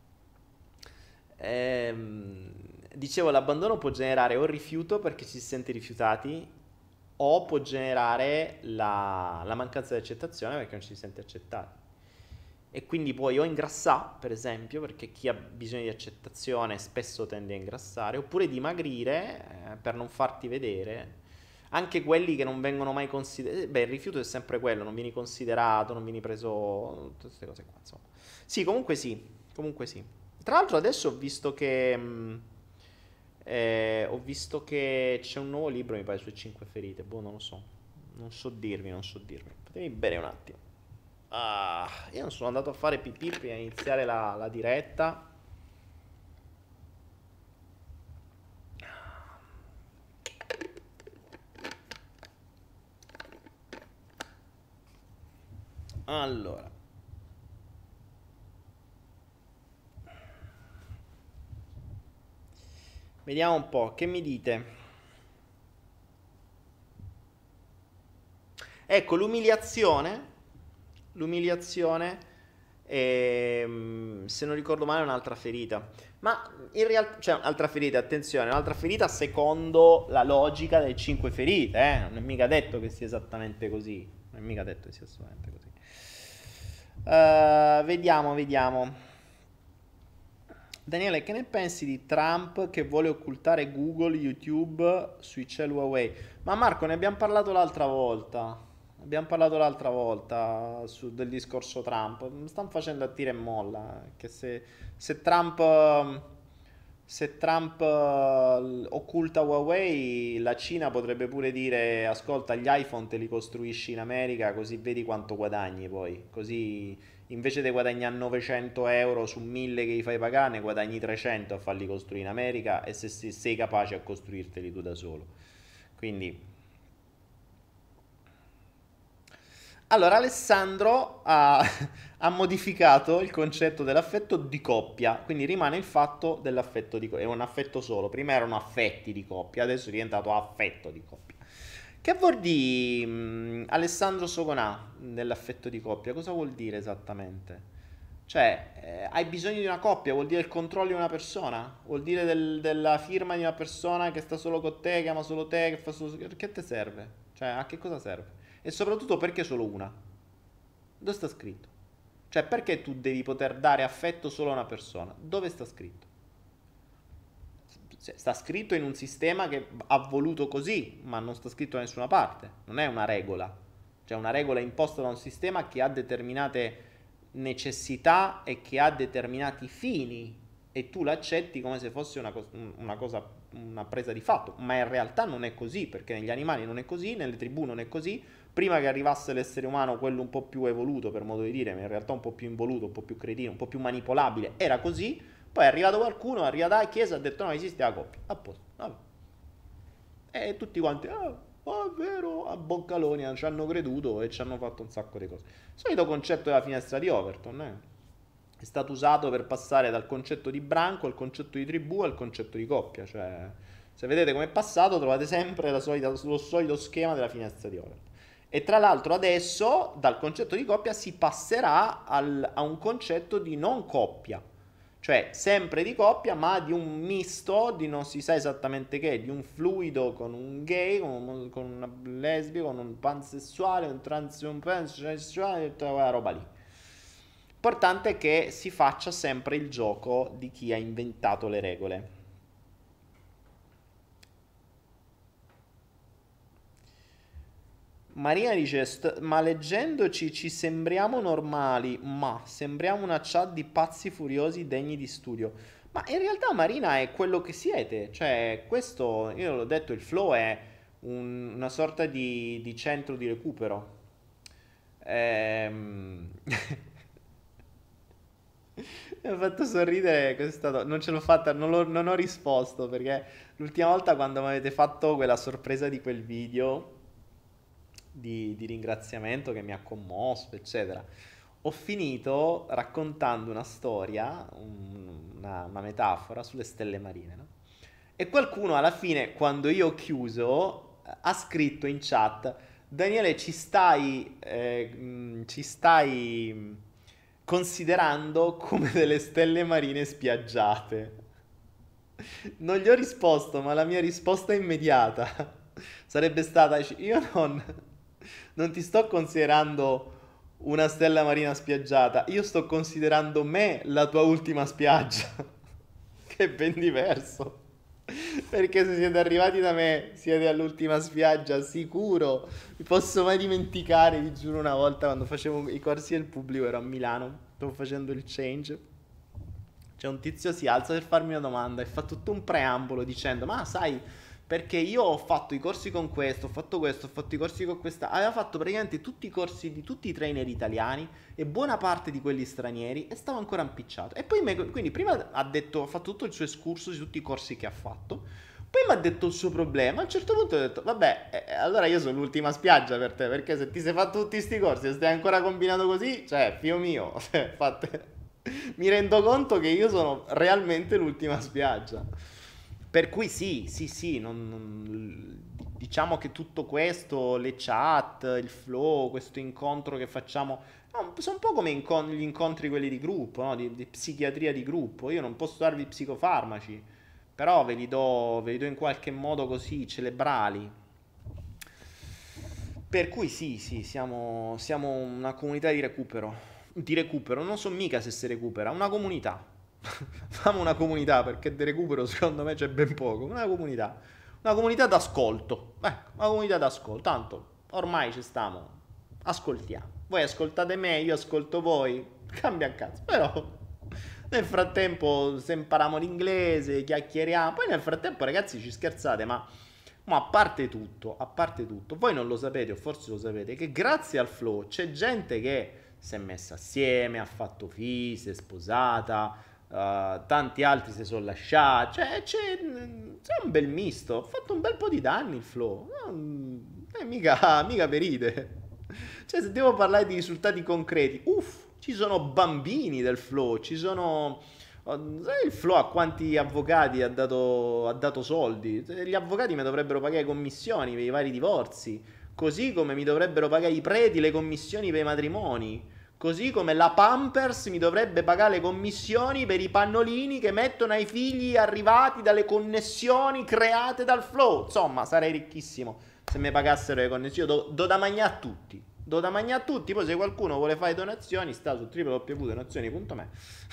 Ehm, dicevo, l'abbandono può generare o rifiuto perché ci si sente rifiutati, o può generare la, la mancanza di accettazione perché non ci si sente accettati. E quindi puoi o ingrassare, per esempio, perché chi ha bisogno di accettazione spesso tende a ingrassare, oppure dimagrire eh, per non farti vedere. Anche quelli che non vengono mai considerati. Beh, il rifiuto è sempre quello, non vieni considerato, non vieni preso. Tutte queste cose qua, insomma. Sì, comunque sì. Comunque sì. Tra l'altro adesso ho visto che. mh, eh, ho visto che c'è un nuovo libro, mi pare, sulle cinque ferite. Boh, non lo so. Non so dirvi, non so dirvi. Fatemi bere un attimo. Ah, io non sono andato a fare pipì prima di iniziare la, la diretta. Allora, vediamo un po', che mi dite? Ecco, l'umiliazione, l'umiliazione, ehm, se non ricordo male, è un'altra ferita. Ma in realtà, cioè, un'altra ferita, attenzione, un'altra ferita secondo la logica delle cinque ferite, eh? Non è mica detto che sia esattamente così, non è mica detto che sia assolutamente così. Uh, vediamo, vediamo. Daniele, che ne pensi di Trump che vuole occultare Google, YouTube sui cell Huawei? Ma Marco, ne abbiamo parlato l'altra volta. Abbiamo parlato l'altra volta su, del discorso Trump. Mi stanno facendo a tira e molla. Che se, se Trump, se Trump eh, occulta Huawei, la Cina potrebbe pure dire: ascolta, gli iPhone te li costruisci in America, così vedi quanto guadagni poi. Così invece di guadagnare novecento euro su mille che gli fai pagare, ne guadagni trecento a farli costruire in America, e se, se sei capace a costruirteli tu da solo. Quindi. Allora, Alessandro ha, ha modificato il concetto dell'affetto di coppia, quindi rimane il fatto dell'affetto di coppia, è un affetto solo, prima erano affetti di coppia, adesso è diventato affetto di coppia. Che vuol dire, mh, Alessandro Sogonà, dell'affetto di coppia? Cosa vuol dire esattamente? Cioè, eh, hai bisogno di una coppia, vuol dire il controllo di una persona, vuol dire del- della firma di una persona che sta solo con te, che ama solo te, che fa solo. Che te serve? Cioè, a che cosa serve? E soprattutto perché solo una? Dove sta scritto? Cioè, perché tu devi poter dare affetto solo a una persona? Dove sta scritto? Se- Sta scritto in un sistema che ha voluto così, ma non sta scritto da nessuna parte. Non è una regola. Cioè, una regola imposta da un sistema che ha determinate necessità e che ha determinati fini, e tu l'accetti come se fosse una, cos- una cosa, una presa di fatto, ma in realtà non è così, perché negli animali non è così, nelle tribù non è così. Prima che arrivasse l'essere umano, quello un po' più evoluto, per modo di dire, ma in realtà un po' più involuto, un po' più cretino, un po' più manipolabile, era così. Poi è arrivato qualcuno, è arrivata la chiesa e ha detto no, esiste la coppia, a posto, vabbè. E tutti quanti, ah, oh, è vero, a Boccaloni ci hanno creduto e ci hanno fatto un sacco di cose. Il solito concetto della finestra di Overton, eh? È stato usato per passare dal concetto di branco al concetto di tribù al concetto di coppia. Cioè, se vedete come è passato, trovate sempre la solita- lo solito schema della finestra di Overton. E tra l'altro adesso dal concetto di coppia si passerà al- a un concetto di non coppia, cioè sempre di coppia ma di un misto di non si sa esattamente che, di un fluido con un gay, con, un- con una lesbica, con un pansessuale, un trans, un pansessuale e tutta quella roba lì. Importante è che si faccia sempre il gioco di chi ha inventato le regole. Marina dice, "St- ma leggendoci ci sembriamo normali, ma sembriamo una chat di pazzi furiosi degni di studio." Ma in realtà Marina è quello che siete, cioè questo, io l'ho detto, il flow è un- una sorta di, di centro di recupero. Ehm... Mi ha fatto sorridere questa. Non ce l'ho fatta, non, l'ho- non ho risposto perché l'ultima volta quando mi avete fatto quella sorpresa di quel video di, di ringraziamento che mi ha commosso, eccetera, ho finito raccontando una storia, un- una, una metafora sulle stelle marine, no? E qualcuno alla fine, quando io ho chiuso, ha scritto in chat: Daniele, ci stai, eh, mh, ci stai mh, considerando come delle stelle marine spiaggiate. Non gli ho risposto, ma la mia risposta immediata sarebbe stata: io non, non ti sto considerando una stella marina spiaggiata, io sto considerando me la tua ultima spiaggia, che è ben diverso. Perché se siete arrivati da me, siete all'ultima spiaggia, sicuro. Mi posso mai dimenticare, vi giuro, una volta quando facevo i corsi del pubblico, ero a Milano, stavo facendo il change. C'è un tizio si alza per farmi una domanda e fa tutto un preambolo dicendo: ma sai, perché io ho fatto i corsi con questo, ho fatto questo, ho fatto i corsi con questa. Aveva fatto praticamente tutti i corsi di tutti i trainer italiani e buona parte di quelli stranieri, e stava ancora impicciato. E poi me- quindi prima ha detto, ha fatto tutto il suo escursus di tutti i corsi che ha fatto. Poi mi ha detto il suo problema. A un certo punto ho detto, vabbè, eh, allora io sono l'ultima spiaggia per te, perché se ti sei fatto tutti sti corsi e stai ancora combinato così, cioè, figlio mio, cioè, fate... mi rendo conto che io sono realmente l'ultima spiaggia. Per cui sì, sì, sì, non- non- diciamo che tutto questo, le chat, il flow, questo incontro che facciamo, no, sono un po' come incon- gli incontri quelli di gruppo, no? Di, di psichiatria di gruppo. Io non posso darvi psicofarmaci, però ve li do, ve li do in qualche modo così, cerebrali. Per cui sì, sì, siamo, siamo una comunità di recupero. Di recupero, non so mica se si recupera, una comunità. Famo una comunità perché di recupero secondo me c'è ben poco. Una comunità. Una comunità d'ascolto. Ecco, una comunità d'ascolto. Tanto ormai ci stiamo. Ascoltiamo. Voi ascoltate me, io ascolto voi. Cambia un cazzo. Però nel frattempo se impariamo l'inglese, chiacchieriamo. Poi nel frattempo ragazzi ci scherzate, ma... Ma a parte tutto, a parte tutto, voi non lo sapete o forse lo sapete che grazie al flow c'è gente che si è messa assieme, ha fatto figli, si è sposata, eh, tanti altri si sono lasciati, cioè c'è, c'è un bel misto, ha fatto un bel po' di danni il flow, non, eh, mica, mica per ride. Cioè se devo parlare di risultati concreti, uff, ci sono bambini del flow, ci sono... Oh, sai il Flo a quanti avvocati ha dato, ha dato soldi? Gli avvocati mi dovrebbero pagare commissioni per i vari divorzi, così come mi dovrebbero pagare i preti le commissioni per i matrimoni, così come la Pampers mi dovrebbe pagare le commissioni per i pannolini che mettono ai figli arrivati dalle connessioni create dal Flow. Insomma, sarei ricchissimo se mi pagassero le connessioni. Io do, do da mangiare a tutti. Do da mangiare a tutti. Poi se qualcuno vuole fare donazioni sta su w w w punto donazioni punto me.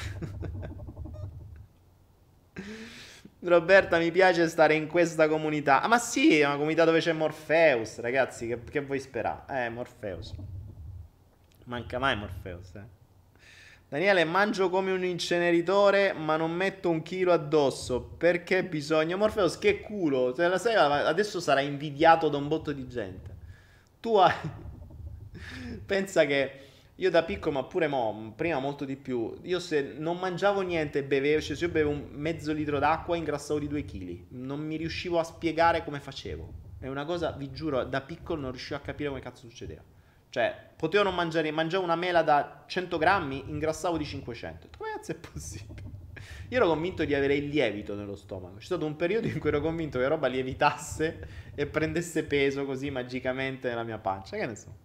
Roberta, mi piace stare in questa comunità. Ah, ma sì, è una comunità dove c'è Morpheus, ragazzi. Che, che vuoi sperare? Eh, Morpheus. Manca mai Morpheus, eh. Daniele, mangio come un inceneritore, ma non metto un chilo addosso. Perché bisogna? Morpheus, che culo. Se la sai, adesso sarà invidiato da un botto di gente. Tu hai... Pensa che... Io da piccolo, ma pure mo, prima molto di più, io se non mangiavo niente e bevevo, cioè se io bevevo un mezzo litro d'acqua ingrassavo di due chili. Non mi riuscivo a spiegare come facevo. È una cosa, vi giuro, da piccolo non riuscivo a capire come cazzo succedeva. Cioè, potevo non mangiare, mangiavo una mela da cento grammi, ingrassavo di cinquecento. Come cazzo è possibile? Io ero convinto di avere il lievito nello stomaco. C'è stato un periodo in cui ero convinto che roba lievitasse e prendesse peso così magicamente nella mia pancia. Che ne so.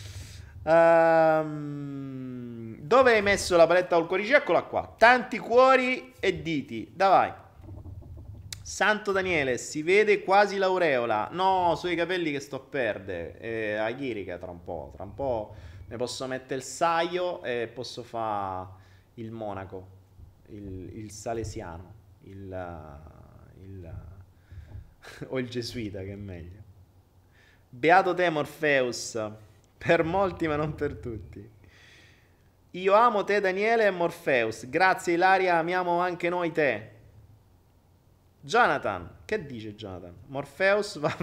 Um, dove hai messo la paletta col cuoricino? Eccola qua. Tanti cuori e diti. Dai. Santo Daniele, si vede quasi l'aureola. No, sui capelli che sto a perdere. Eh, a chirica tra un po'. Tra un po' ne posso mettere il saio e posso fare il monaco. Il, il salesiano. Il, il o il gesuita, che è meglio. Beato te, Morpheus. Per molti ma non per tutti. Io amo te Daniele e Morpheus. Grazie Ilaria, amiamo anche noi te. Jonathan, che dice Jonathan? Morpheus va...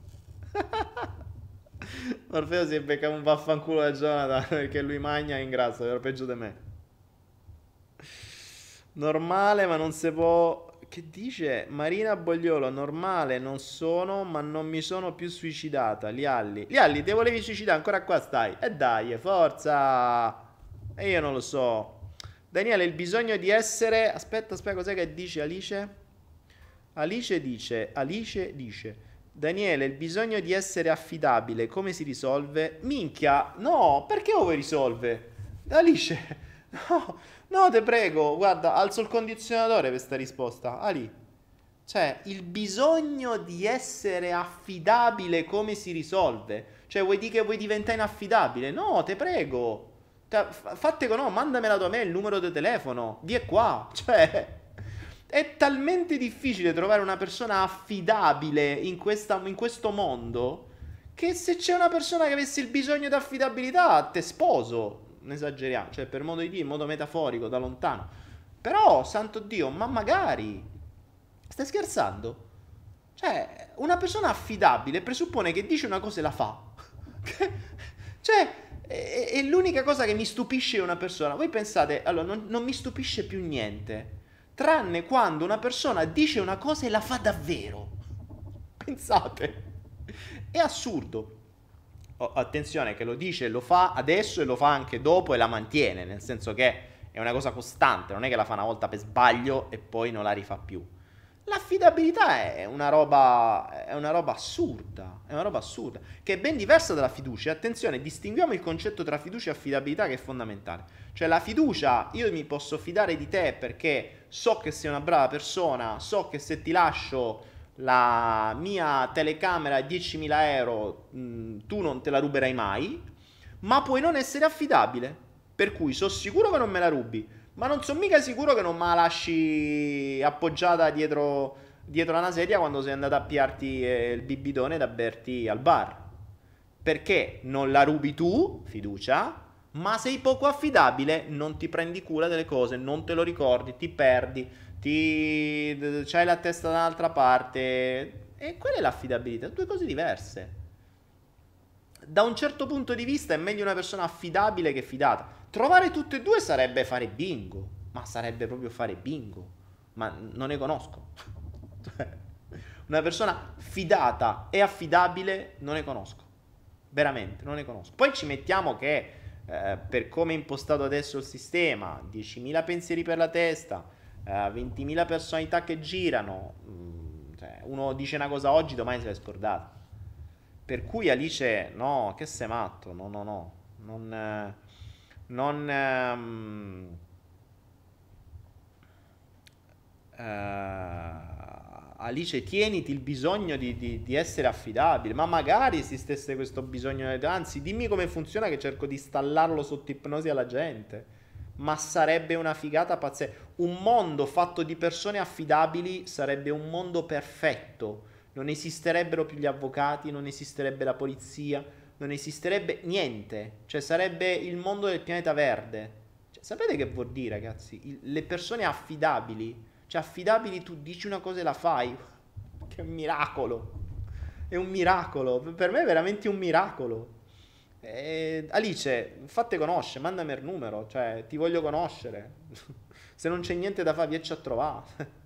Morpheus si è beccato un vaffanculo da Jonathan perché lui magna in grassa, era peggio di me. Normale ma non si può... Che dice? Marina Bogliolo, normale non sono, ma non mi sono più suicidata. Lialli, Lialli, te volevi suicidare? Ancora qua stai? E dai, forza! E io non lo so. Daniele, il bisogno di essere... Aspetta, aspetta, cos'è che dice Alice? Alice dice, Alice dice, Daniele, il bisogno di essere affidabile, come si risolve? Minchia, no, perché lo vuoi risolvere? Alice, no, no, te prego, guarda, alzo il condizionatore per questa risposta. Ali, cioè, il bisogno di essere affidabile, come si risolve? Cioè, vuoi dire che vuoi diventare inaffidabile? No, te prego. Fatte con no, mandami la tua mail, il numero di telefono, di qua, cioè... È talmente difficile trovare una persona affidabile in, questa, in questo mondo che se c'è una persona che avesse il bisogno di affidabilità, te sposo. Ne esageriamo, cioè per modo di dire, in modo metaforico, da lontano. Però, santo Dio, ma magari... Stai scherzando? Cioè, una persona affidabile presuppone che dice una cosa e la fa. Cioè, è, è l'unica cosa che mi stupisce di una persona. Voi pensate, allora, non, non mi stupisce più niente. Tranne quando una persona dice una cosa e la fa davvero. Pensate, è assurdo. Oh, attenzione che lo dice, lo fa adesso e lo fa anche dopo e la mantiene, nel senso che è una cosa costante, non è che la fa una volta per sbaglio e poi non la rifà più. L'affidabilità è una roba, è una roba assurda, è una roba assurda, che è ben diversa dalla fiducia. Attenzione, distinguiamo il concetto tra fiducia e affidabilità, che è fondamentale. Cioè la fiducia, io mi posso fidare di te perché so che sei una brava persona, so che se ti lascio la mia telecamera a diecimila euro, mh, tu non te la ruberai mai, ma puoi non essere affidabile. Per cui sono sicuro che non me la rubi, ma non sono mica sicuro che non me la lasci appoggiata dietro, dietro una sedia quando sei andato a piarti eh, il bibitone da berti al bar. Perché non la rubi tu, fiducia, ma sei poco affidabile, non ti prendi cura delle cose, non te lo ricordi, ti perdi, ti c'hai la testa da un'altra parte. E quella è l'affidabilità, due cose diverse. Da un certo punto di vista è meglio una persona affidabile che fidata. Trovare tutte e due sarebbe fare bingo, ma sarebbe proprio fare bingo. Ma non ne conosco. Una persona fidata e affidabile non ne conosco. Veramente, non ne conosco. Poi ci mettiamo che eh, per come è impostato adesso il sistema, diecimila pensieri per la testa, eh, ventimila personalità che girano, mh, cioè, uno dice una cosa oggi, domani se l'è scordata. Per cui Alice, no, che sei matto, no, no, no, non, eh, non, ehm, eh, Alice, tieniti il bisogno di, di- di essere affidabile, ma magari esistesse questo bisogno, anzi, dimmi come funziona che cerco di installarlo sotto ipnosi alla gente, ma sarebbe una figata pazzesca. Un mondo fatto di persone affidabili sarebbe un mondo perfetto. Non esisterebbero più gli avvocati, non esisterebbe la polizia, non esisterebbe niente. Cioè sarebbe il mondo del pianeta verde. Cioè, sapete che vuol dire, ragazzi? Il- le persone affidabili, cioè affidabili, tu dici una cosa e la fai. Che è un miracolo. È un miracolo. Per me è veramente un miracolo. Eh, Alice, fate conoscere, mandami il numero, cioè ti voglio conoscere. Se non c'è niente da fare, vieni a trovare.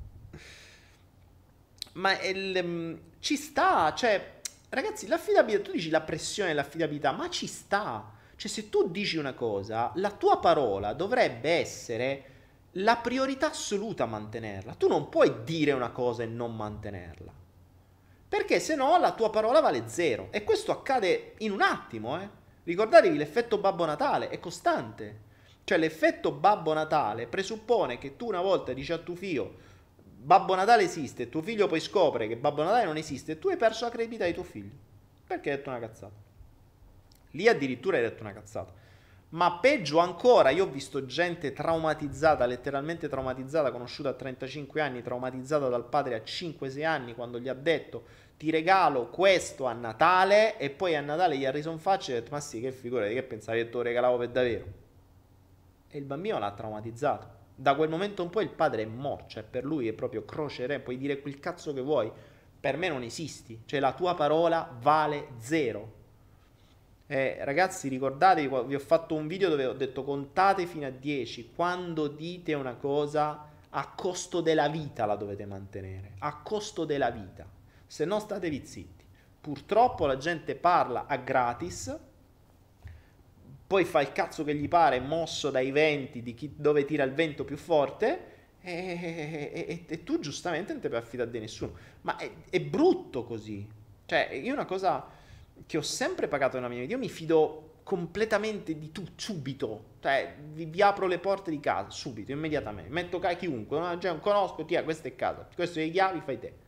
Ma il, mm, ci sta, cioè, ragazzi, l'affidabilità, tu dici la pressione dell'affidabilità, ma ci sta. Cioè, se tu dici una cosa, la tua parola dovrebbe essere la priorità assoluta a mantenerla. Tu non puoi dire una cosa e non mantenerla. Perché se no la tua parola vale zero. E questo accade in un attimo, eh. Ricordatevi, l'effetto Babbo Natale è costante. Cioè l'effetto Babbo Natale presuppone che tu una volta dici a tuo figlio Babbo Natale esiste e tuo figlio poi scopre che Babbo Natale non esiste e tu hai perso la credibilità di tuo figlio. Perché hai detto una cazzata. Lì addirittura hai detto una cazzata. Ma peggio ancora, io ho visto gente traumatizzata, letteralmente traumatizzata, conosciuta a trentacinque anni, traumatizzata dal padre a cinque sei anni quando gli ha detto ti regalo questo a Natale e poi a Natale gli ha reso in faccia e ha detto ma sì, che figurati, che pensavi che te lo regalavo per davvero? E il bambino l'ha traumatizzato. Da quel momento in poi il padre è morto, cioè per lui è proprio croce re, puoi dire quel cazzo che vuoi, per me non esisti, cioè la tua parola vale zero. Eh, ragazzi, ricordatevi, vi ho fatto un video dove ho detto contate fino a dieci, quando dite una cosa a costo della vita la dovete mantenere, a costo della vita, se no statevi zitti. Purtroppo la gente parla a gratis, poi fa il cazzo che gli pare, mosso dai venti, di chi, dove tira il vento più forte, e, e- e tu giustamente non ti puoi affidare di nessuno. Ma è, è brutto così. Cioè, io una cosa che ho sempre pagato nella mia vita, io mi fido completamente di tu, subito. Cioè, vi, vi apro le porte di casa, subito, immediatamente. Metto ca- chiunque, no? Cioè, non conosco, ti questa è casa, queste le chiavi, fai te.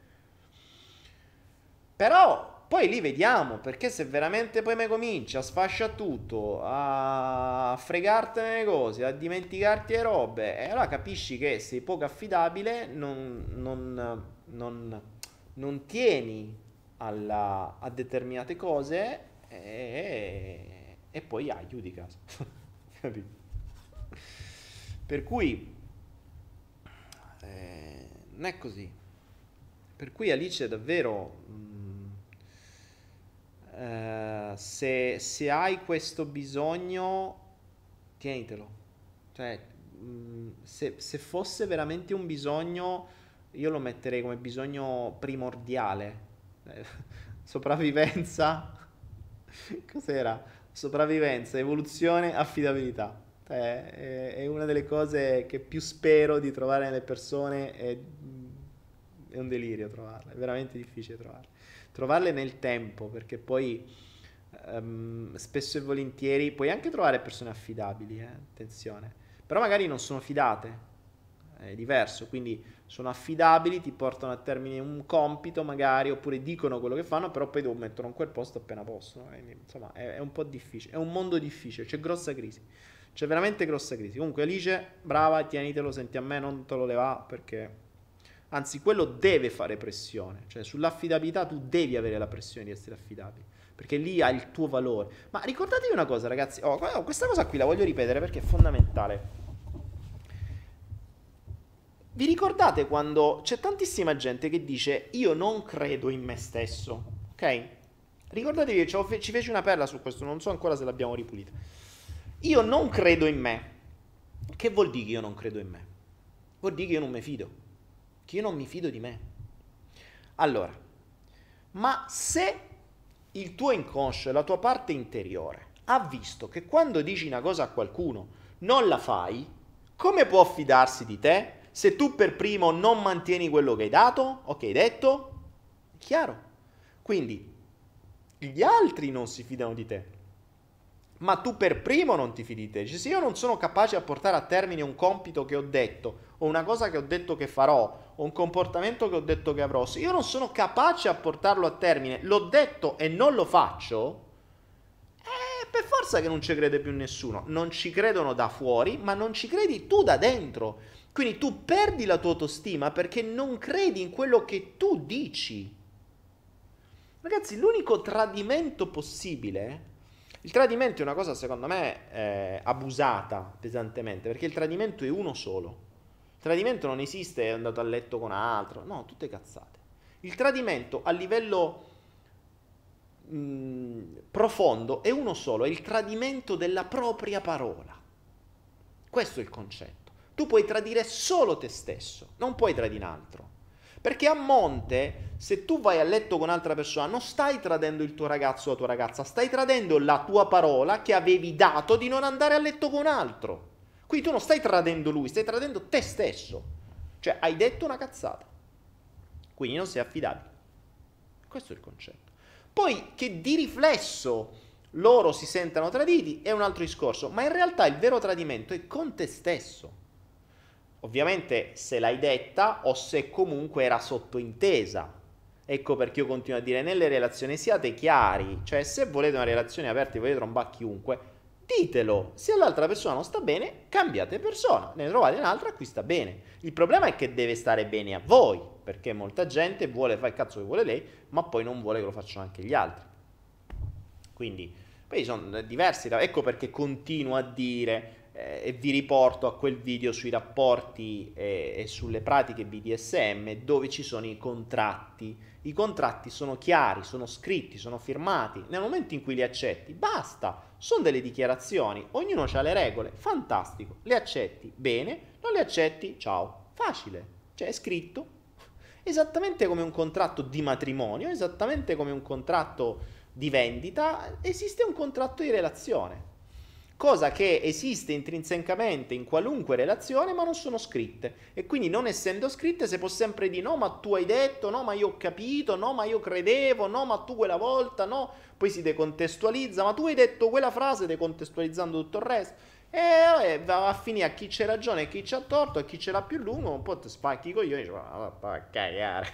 Però poi lì vediamo, perché se veramente poi mi cominci a sfascia tutto, a fregartene le cose, a dimenticarti le robe, e allora capisci che sei poco affidabile, non, non, non, non tieni alla- a determinate cose e, e poi aiuti caso. Capito? Per cui eh, non è così. Per cui Alice davvero... mm, eh, se, se hai questo bisogno, tienitelo. Cioè, mh, se, se fosse veramente un bisogno, io lo metterei come bisogno primordiale. Eh, sopravvivenza, cos'era? Sopravvivenza, evoluzione, affidabilità. Eh, è, è una delle cose che più spero di trovare nelle persone, è, è un delirio trovarle, è veramente difficile trovarle. Trovarle nel tempo, perché poi um, spesso e volentieri puoi anche trovare persone affidabili, eh, attenzione, però magari non sono fidate, è diverso, quindi sono affidabili, ti portano a termine un compito magari, oppure dicono quello che fanno, però poi lo mettono in quel posto appena possono. Quindi, insomma, è, è un po' difficile, è un mondo difficile, c'è grossa crisi, c'è veramente grossa crisi. Comunque Alice, brava, tienitelo, senti a me, non te lo leva, perché anzi quello deve fare pressione, cioè sull'affidabilità tu devi avere la pressione di essere affidabile, perché lì ha il tuo valore. Ma ricordatevi una cosa, ragazzi, oh, questa cosa qui la voglio ripetere perché è fondamentale. Vi ricordate quando c'è tantissima gente che dice io non credo in me stesso, ok? Ricordatevi che ci fece una perla su questo, non so ancora se l'abbiamo ripulita. Io non credo in me. Che vuol dire che io non credo in me? Vuol dire che io non mi fido, che io non mi fido di me. Allora, ma se il tuo inconscio e la tua parte interiore ha visto che quando dici una cosa a qualcuno non la fai, come può fidarsi di te? Se tu per primo non mantieni quello che hai dato o che hai detto, è chiaro. Quindi gli altri non si fidano di te, ma tu per primo non ti fidi di te. Cioè, se io non sono capace a portare a termine un compito che ho detto, o una cosa che ho detto che farò, o un comportamento che ho detto che avrò, se io non sono capace a portarlo a termine, l'ho detto e non lo faccio, eh, per forza che non ci crede più nessuno. Non ci credono da fuori, ma non ci credi tu da dentro. Quindi tu perdi la tua autostima perché non credi in quello che tu dici. Ragazzi, l'unico tradimento possibile, il tradimento è una cosa secondo me eh, abusata pesantemente, perché il tradimento è uno solo. Il tradimento non esiste, è andato a letto con altro, no, tutte cazzate. Il tradimento a livello mh, profondo è uno solo, è il tradimento della propria parola. Questo è il concetto. Tu puoi tradire solo te stesso, non puoi tradire un altro. Perché a monte, se tu vai a letto con un'altra persona, non stai tradendo il tuo ragazzo o la tua ragazza, stai tradendo la tua parola che avevi dato di non andare a letto con un altro. Quindi tu non stai tradendo lui, stai tradendo te stesso. Cioè hai detto una cazzata. Quindi non sei affidabile. Questo è il concetto. Poi che di riflesso loro si sentano traditi è un altro discorso, ma in realtà il vero tradimento è con te stesso. Ovviamente se l'hai detta o se comunque era sottointesa. Ecco perché io continuo a dire, nelle relazioni siate chiari, cioè se volete una relazione aperta e volete trombare chiunque, ditelo. Se all'altra persona non sta bene, cambiate persona, ne trovate un'altra a cui sta bene. Il problema è che deve stare bene a voi, perché molta gente vuole fare il cazzo che vuole lei, ma poi non vuole che lo facciano anche gli altri. Quindi, poi sono diversi, ecco perché continuo a dire... Eh, e vi riporto a quel video sui rapporti e, e sulle pratiche B D S M dove ci sono i contratti. I contratti sono chiari, sono scritti, sono firmati. Nel momento in cui li accetti, basta, sono delle dichiarazioni, ognuno ha le regole, fantastico, le accetti, bene, non le accetti, ciao, facile, cioè è scritto, esattamente come un contratto di matrimonio, esattamente come un contratto di vendita, esiste un contratto di relazione. Cosa che esiste intrinsecamente in qualunque relazione ma non sono scritte, e quindi non essendo scritte si può sempre dire no ma tu hai detto, no ma io ho capito, no ma io credevo, no ma tu quella volta, no, poi si decontestualizza, ma tu hai detto quella frase decontestualizzando tutto il resto e eh, va a finire a chi c'è ragione e chi c'ha torto, e chi ce l'ha più lungo un po' ti spacchi i coglioni e dici ma va a cagare.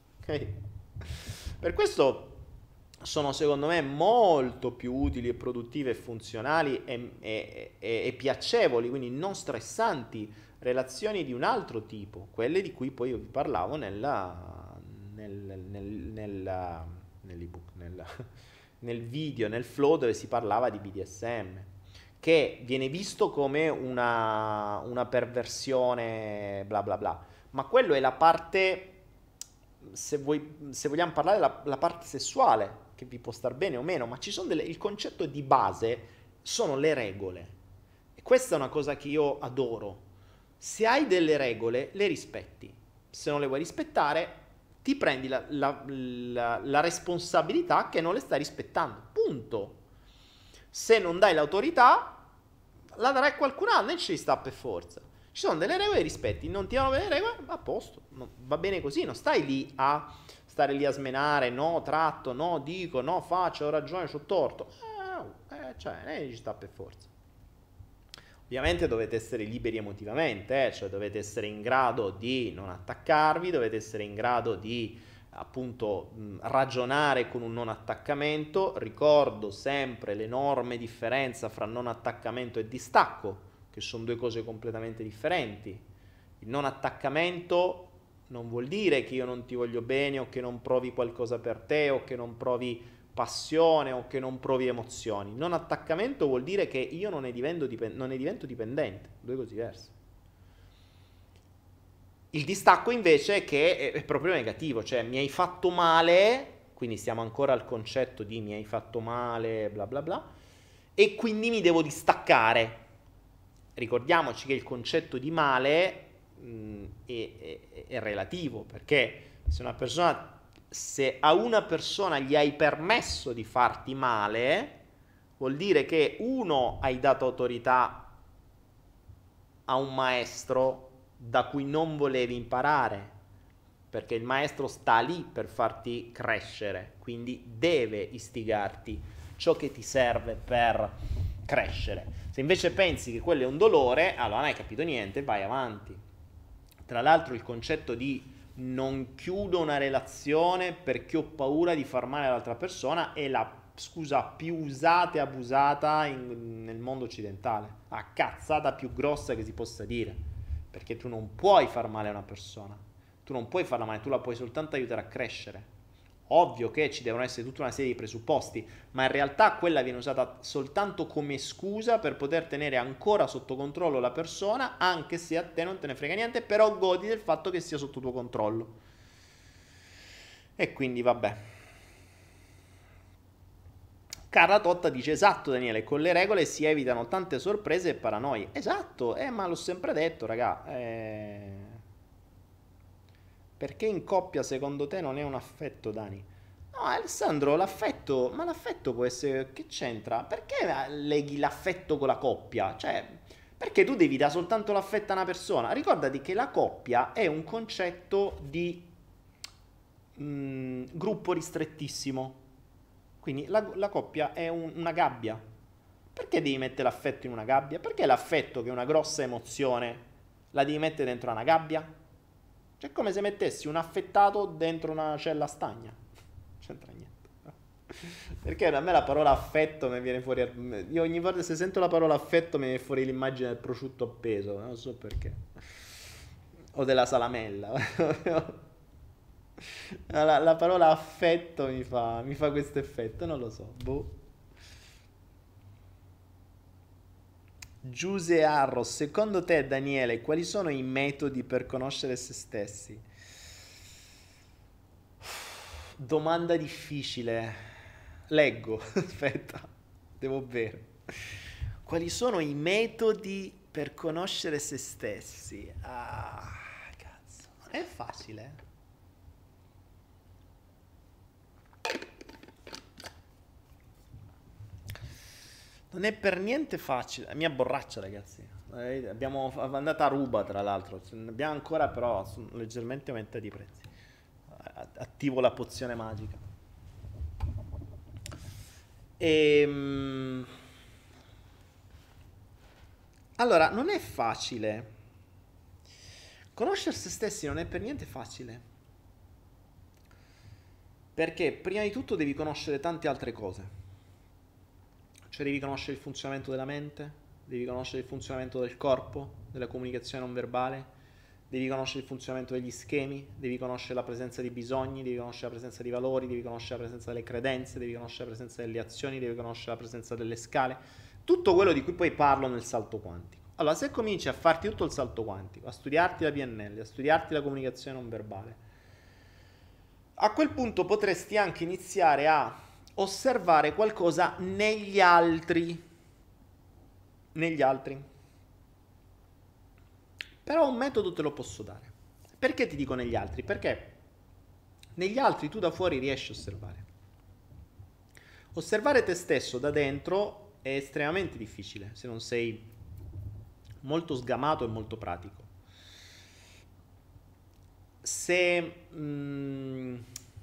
Per questo sono secondo me molto più utili e produttive e funzionali e, e, e, e piacevoli, quindi non stressanti, relazioni di un altro tipo, quelle di cui poi io vi parlavo nella, nel, nel, nel, nell'ebook, nel, nel video, nel flow dove si parlava di B D S M, che viene visto come una, una perversione bla bla bla, ma quello è la parte, se, vuoi, se vogliamo parlare, la, la parte sessuale, che vi può star bene o meno, ma ci sono delle, il concetto di base sono le regole, e questa è una cosa che io adoro. Se hai delle regole le rispetti, se non le vuoi rispettare ti prendi la, la, la, la responsabilità che non le stai rispettando. Punto. Se non dai l'autorità, la darai a qualcun altro, non ci sta per forza. Ci sono delle regole e rispetti, non ti vanno bene le regole, a posto, no, va bene così, non stai lì a stare lì a smenare, no, tratto, no, dico, no, faccio, ho ragione, c'ho torto. Eh, eh, cioè, non ci sta per forza. Ovviamente dovete essere liberi emotivamente, eh, cioè dovete essere in grado di non attaccarvi, dovete essere in grado di appunto mh, ragionare con un non attaccamento. Ricordo sempre l'enorme differenza fra non attaccamento e distacco, che sono due cose completamente differenti. Il non attaccamento non vuol dire che io non ti voglio bene o che non provi qualcosa per te o che non provi passione o che non provi emozioni. Non attaccamento vuol dire che io non ne divento, dipend- non ne divento dipendente, due cose diverse. Il distacco invece è che è proprio negativo, cioè mi hai fatto male, quindi stiamo ancora al concetto di mi hai fatto male, bla bla bla, e quindi mi devo distaccare. Ricordiamoci che il concetto di male mh, è, è, è relativo, perché se una persona se a una persona gli hai permesso di farti male, vuol dire che uno hai dato autorità a un maestro da cui non volevi imparare, perché il maestro sta lì per farti crescere, quindi deve istigarti ciò che ti serve per crescere. Se invece pensi che quello è un dolore, allora non hai capito niente, vai avanti. Tra l'altro il concetto di non chiudo una relazione perché ho paura di far male all'altra persona è la scusa più usata e abusata in, nel mondo occidentale, la cazzata più grossa che si possa dire, perché tu non puoi far male a una persona, tu non puoi farla male, tu la puoi soltanto aiutare a crescere. Ovvio che ci devono essere tutta una serie di presupposti, ma in realtà quella viene usata soltanto come scusa per poter tenere ancora sotto controllo la persona, anche se a te non te ne frega niente, però godi del fatto che sia sotto tuo controllo. E quindi vabbè. Carla Totta dice: esatto Daniele, con le regole si evitano tante sorprese e paranoie. Esatto, eh, ma l'ho sempre detto, raga. Eh... Perché in coppia secondo te non è un affetto, Dani? No, Alessandro, l'affetto, ma l'affetto può essere, che c'entra? Perché leghi l'affetto con la coppia? Cioè, perché tu devi dare soltanto l'affetto a una persona? Ricordati che la coppia è un concetto di mh, gruppo ristrettissimo. Quindi la, la coppia è un, una gabbia. Perché devi mettere l'affetto in una gabbia? Perché l'affetto, che è una grossa emozione, la devi mettere dentro una gabbia? Cioè, è come se mettessi un affettato dentro una cella stagna. Non c'entra niente. Perché a me la parola affetto mi viene fuori. Io ogni volta se sento la parola affetto mi viene fuori l'immagine del prosciutto appeso. Non so perché. O della salamella. La, la parola affetto mi fa, mi fa questo effetto. Non lo so. Boh. Giuse Arros, secondo te Daniele, quali sono i metodi per conoscere se stessi? Domanda difficile. Leggo, aspetta, devo bere. Quali sono i metodi per conoscere se stessi? Ah, cazzo, non è facile. Non è per niente facile. La mia borraccia, ragazzi. Eh, abbiamo andata a ruba, tra l'altro. Ne abbiamo ancora, però sono leggermente aumentati i prezzi. Attivo la pozione magica. Ehm... Allora, non è facile. Conoscere se stessi non è per niente facile. Perché prima di tutto devi conoscere tante altre cose. Cioè devi conoscere il funzionamento della mente, devi conoscere il funzionamento del corpo, della comunicazione non verbale, devi conoscere il funzionamento degli schemi, devi conoscere la presenza di bisogni, devi conoscere la presenza di valori, devi conoscere la presenza delle credenze, devi conoscere la presenza delle azioni, devi conoscere la presenza delle scale, tutto quello di cui poi parlo nel salto quantico. Allora, se cominci a farti tutto il salto quantico, a studiarti la P N L, a studiarti la comunicazione non verbale, a quel punto potresti anche iniziare a osservare qualcosa negli altri. Negli altri. Però un metodo te lo posso dare. Perché ti dico negli altri? Perché negli altri tu da fuori riesci a osservare. Osservare te stesso da dentro è estremamente difficile se non sei molto sgamato e molto pratico. Se mh,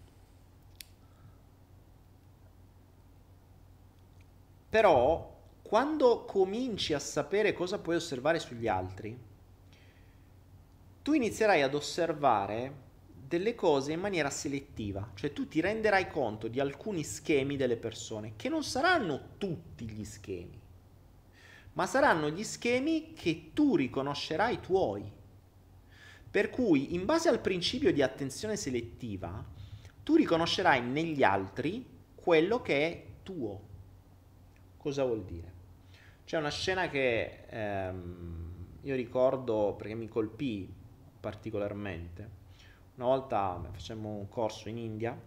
però quando cominci a sapere cosa puoi osservare sugli altri, tu inizierai ad osservare delle cose in maniera selettiva, cioè tu ti renderai conto di alcuni schemi delle persone, che non saranno tutti gli schemi, ma saranno gli schemi che tu riconoscerai tuoi. Per cui, in base al principio di attenzione selettiva, tu riconoscerai negli altri quello che è tuo. Cosa vuol dire? C'è una scena che ehm, io ricordo perché mi colpì particolarmente. Una volta facemmo un corso in India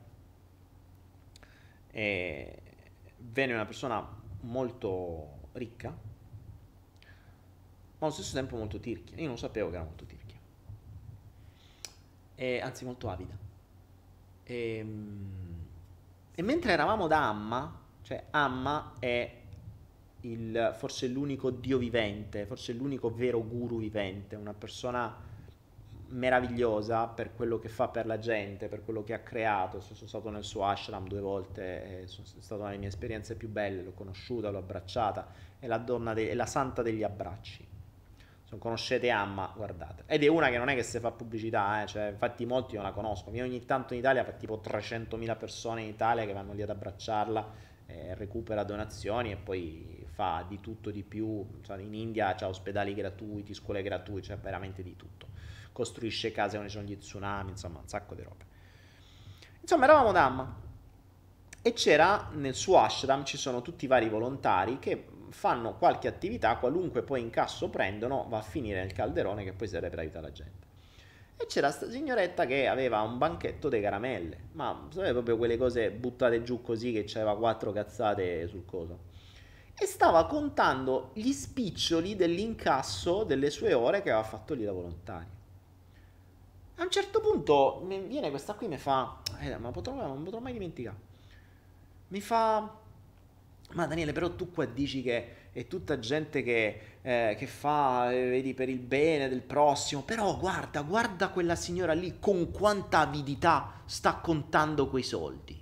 e venne una persona molto ricca, ma allo stesso tempo molto tirchia. Io non sapevo che era molto tirchia, e, anzi molto avida. E, e mentre eravamo da Amma, cioè Amma è il, forse l'unico dio vivente, forse l'unico vero guru vivente, una persona meravigliosa per quello che fa per la gente, per quello che ha creato. Sono stato nel suo ashram due volte, è stata una delle mie esperienze più belle, l'ho conosciuta, l'ho abbracciata, è la donna de- è la santa degli abbracci. Se non conoscete Amma, guardate. Ed è una che non è che si fa pubblicità, eh? Cioè, infatti molti non la conoscono. Io ogni tanto in Italia fa tipo trecentomila persone in Italia che vanno lì ad abbracciarla, eh, recupera donazioni e poi fa di tutto di più. Cioè, in India c'ha ospedali gratuiti, scuole gratuite, c'è veramente di tutto. Costruisce case quando ci sono gli tsunami, insomma un sacco di robe. Insomma, eravamo da Amma e c'era nel suo ashram, ci sono tutti i vari volontari che fanno qualche attività, qualunque poi incasso prendono va a finire nel calderone che poi serve per aiutare la gente. E c'era sta signoretta che aveva un banchetto di caramelle, ma sapete proprio quelle cose buttate giù così, che c'aveva quattro cazzate sul coso, e stava contando gli spiccioli dell'incasso delle sue ore che aveva fatto lì da volontario. A un certo punto mi viene questa qui e mi fa, eh, ma potrò, non potrò mai dimenticare, mi fa, ma Daniele, però tu qua dici che è tutta gente che, eh, che fa, eh, vedi, per il bene del prossimo, però guarda, guarda quella signora lì con quanta avidità sta contando quei soldi.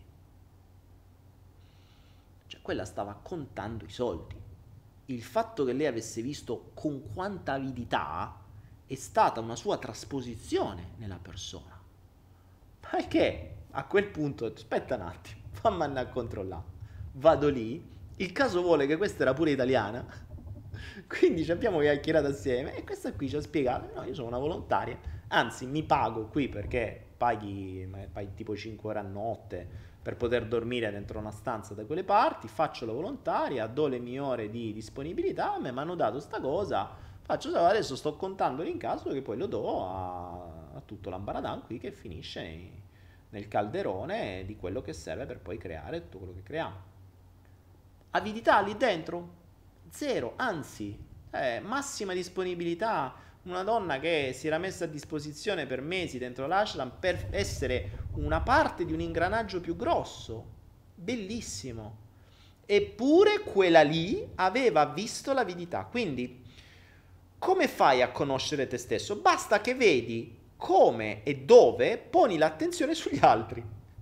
Cioè, quella stava contando i soldi. Il fatto che lei avesse visto con quanta avidità è stata una sua trasposizione nella persona. Perché a quel punto, aspetta un attimo, fammi andare a controllare. Vado lì, il caso vuole che questa era pure italiana, quindi ci abbiamo chiacchierato assieme e questa qui ci ha spiegato, no, io sono una volontaria, anzi mi pago qui perché paghi, paghi tipo cinque ore a notte per poter dormire dentro una stanza da quelle parti, faccio la volontaria, do le mie ore di disponibilità, a me mi hanno dato sta cosa, faccio, adesso sto contando l'incasso che poi lo do a, a tutto l'ambaradan qui che finisce nei, nel calderone di quello che serve per poi creare tutto quello che creiamo. Avidità lì dentro? Zero, anzi, eh, massima disponibilità, una donna che si era messa a disposizione per mesi dentro l'ashram per essere una parte di un ingranaggio più grosso, bellissimo. Eppure quella lì aveva visto l'avidità, quindi come fai a conoscere te stesso? Basta che vedi come e dove poni l'attenzione sugli altri.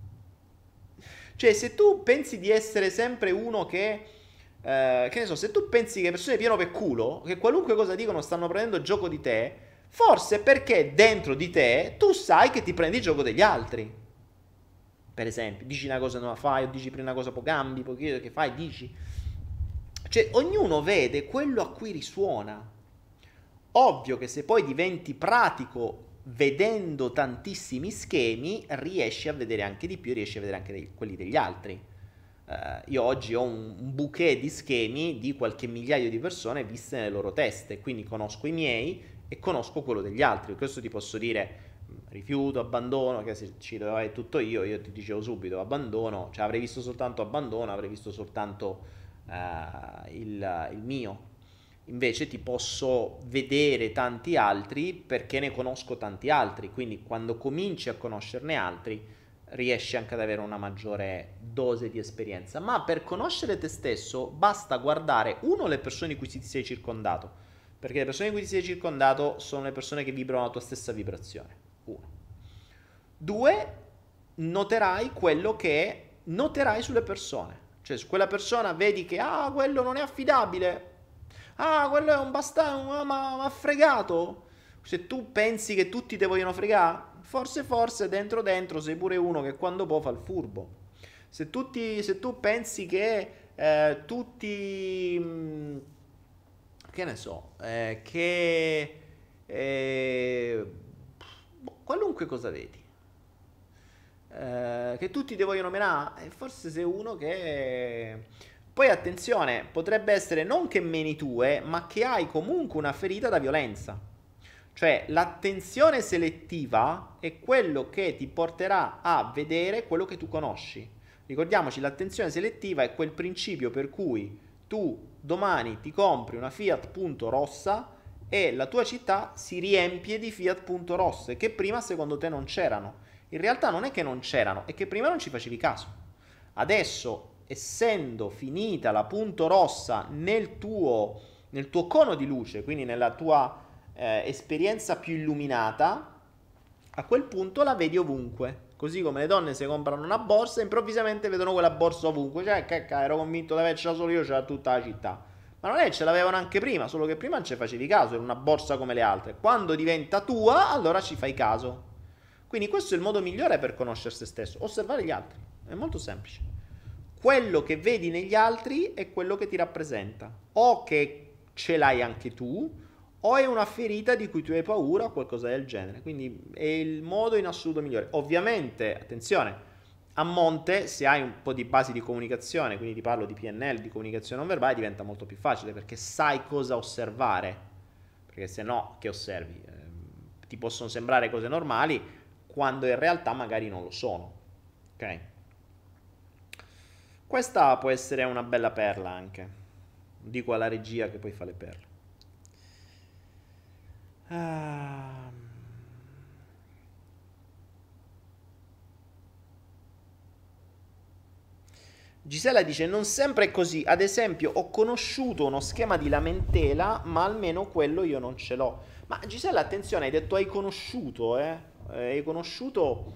Cioè, se tu pensi di essere sempre uno che, eh, che ne so, se tu pensi che persone pieno per culo, che qualunque cosa dicono stanno prendendo gioco di te, forse perché dentro di te tu sai che ti prendi gioco degli altri. Per esempio, dici una cosa e non la fai, o dici prima una cosa poi cambi, poi che fai, dici. Cioè, ognuno vede quello a cui risuona. Ovvio che se poi diventi pratico vedendo tantissimi schemi, riesci a vedere anche di più, riesci a vedere anche dei, quelli degli altri. Uh, io oggi ho un, un bouquet di schemi di qualche migliaio di persone viste nelle loro teste, quindi conosco i miei e conosco quello degli altri. Questo ti posso dire, rifiuto, abbandono, che se ci doveva tutto io, io ti dicevo subito abbandono, cioè avrei visto soltanto abbandono, avrei visto soltanto uh, il, il mio. Invece ti posso vedere tanti altri perché ne conosco tanti altri, quindi quando cominci a conoscerne altri riesci anche ad avere una maggiore dose di esperienza. Ma per conoscere te stesso basta guardare, uno, le persone di cui ti sei circondato, perché le persone di cui ti sei circondato sono le persone che vibrano la tua stessa vibrazione. Uno. Due, noterai quello che noterai sulle persone. Cioè, su quella persona vedi che, ah, quello non è affidabile, ah, quello è un bastardo, ma ha fregato. Se tu pensi che tutti te vogliono fregare, forse forse dentro dentro sei pure uno che quando può fa il furbo. Se, tutti, se tu pensi che eh, tutti, mh, che ne so, eh, che eh, qualunque cosa vedi, eh, che tutti ti vogliono menare, forse sei uno che... Poi attenzione, potrebbe essere non che meni tu, eh, ma che hai comunque una ferita da violenza. Cioè l'attenzione selettiva è quello che ti porterà a vedere quello che tu conosci. Ricordiamoci, l'attenzione selettiva è quel principio per cui tu domani ti compri una Fiat Punto rossa e la tua città si riempie di Fiat Punto rosse che prima secondo te non c'erano. In realtà non è che non c'erano, è che prima non ci facevi caso. Adesso, essendo finita la punto rossa nel tuo, nel tuo cono di luce, quindi nella tua eh, esperienza più illuminata, a quel punto la vedi ovunque. Così come le donne si comprano una borsa e improvvisamente vedono quella borsa ovunque. Cioè, che ero convinto di avercela solo io, c'era tutta la città. Ma non è, ce l'avevano anche prima, solo che prima non ci facevi caso, era una borsa come le altre. Quando diventa tua, allora ci fai caso. Quindi questo è il modo migliore per conoscere se stesso, osservare gli altri. È molto semplice. Quello che vedi negli altri è quello che ti rappresenta. O che ce l'hai anche tu, o è una ferita di cui tu hai paura o qualcosa del genere. Quindi è il modo in assoluto migliore. Ovviamente, attenzione, a monte, se hai un po' di basi di comunicazione, quindi ti parlo di P N L, di comunicazione non verbale, diventa molto più facile perché sai cosa osservare. Perché se no, che osservi? Eh, ti possono sembrare cose normali quando in realtà magari non lo sono. Ok? Questa può essere una bella perla anche. Dico alla regia che poi fa le perle. Ah. Gisela dice: non sempre è così. Ad esempio, ho conosciuto uno schema di lamentela, ma almeno quello io non ce l'ho. Ma Gisela, attenzione, hai detto hai conosciuto, eh? Hai conosciuto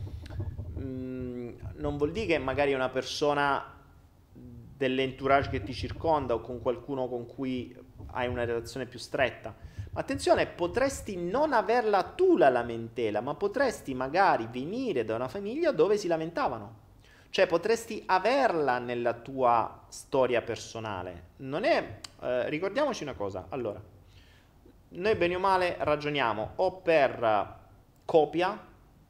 mh, non vuol dire che magari è una persona dell'entourage che ti circonda o con qualcuno con cui hai una relazione più stretta. Ma attenzione, potresti non averla tu la lamentela, ma potresti magari venire da una famiglia dove si lamentavano. Cioè potresti averla nella tua storia personale. Non è... Eh, ricordiamoci una cosa. Allora, noi bene o male ragioniamo o per copia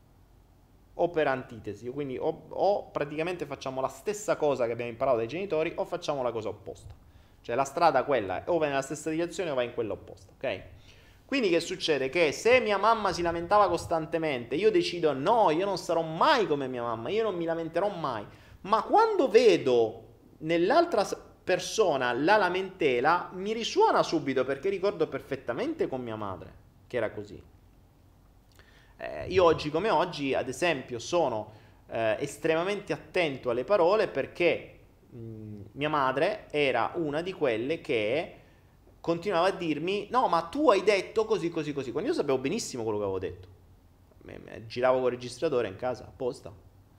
o per antitesi. Quindi o, o praticamente facciamo la stessa cosa che abbiamo imparato dai genitori o facciamo la cosa opposta. Cioè la strada quella o va nella stessa direzione o va in quella opposta. Ok? Quindi che succede? Che se mia mamma si lamentava costantemente, io decido no, io non sarò mai come mia mamma, io non mi lamenterò mai. Ma quando vedo nell'altra persona la lamentela, mi risuona subito perché ricordo perfettamente con mia madre che era così. Eh, io oggi come oggi, ad esempio, sono eh, estremamente attento alle parole perché mh, mia madre era una di quelle che continuava a dirmi no ma tu hai detto così così così quando io sapevo benissimo quello che avevo detto. Giravo col registratore in casa apposta,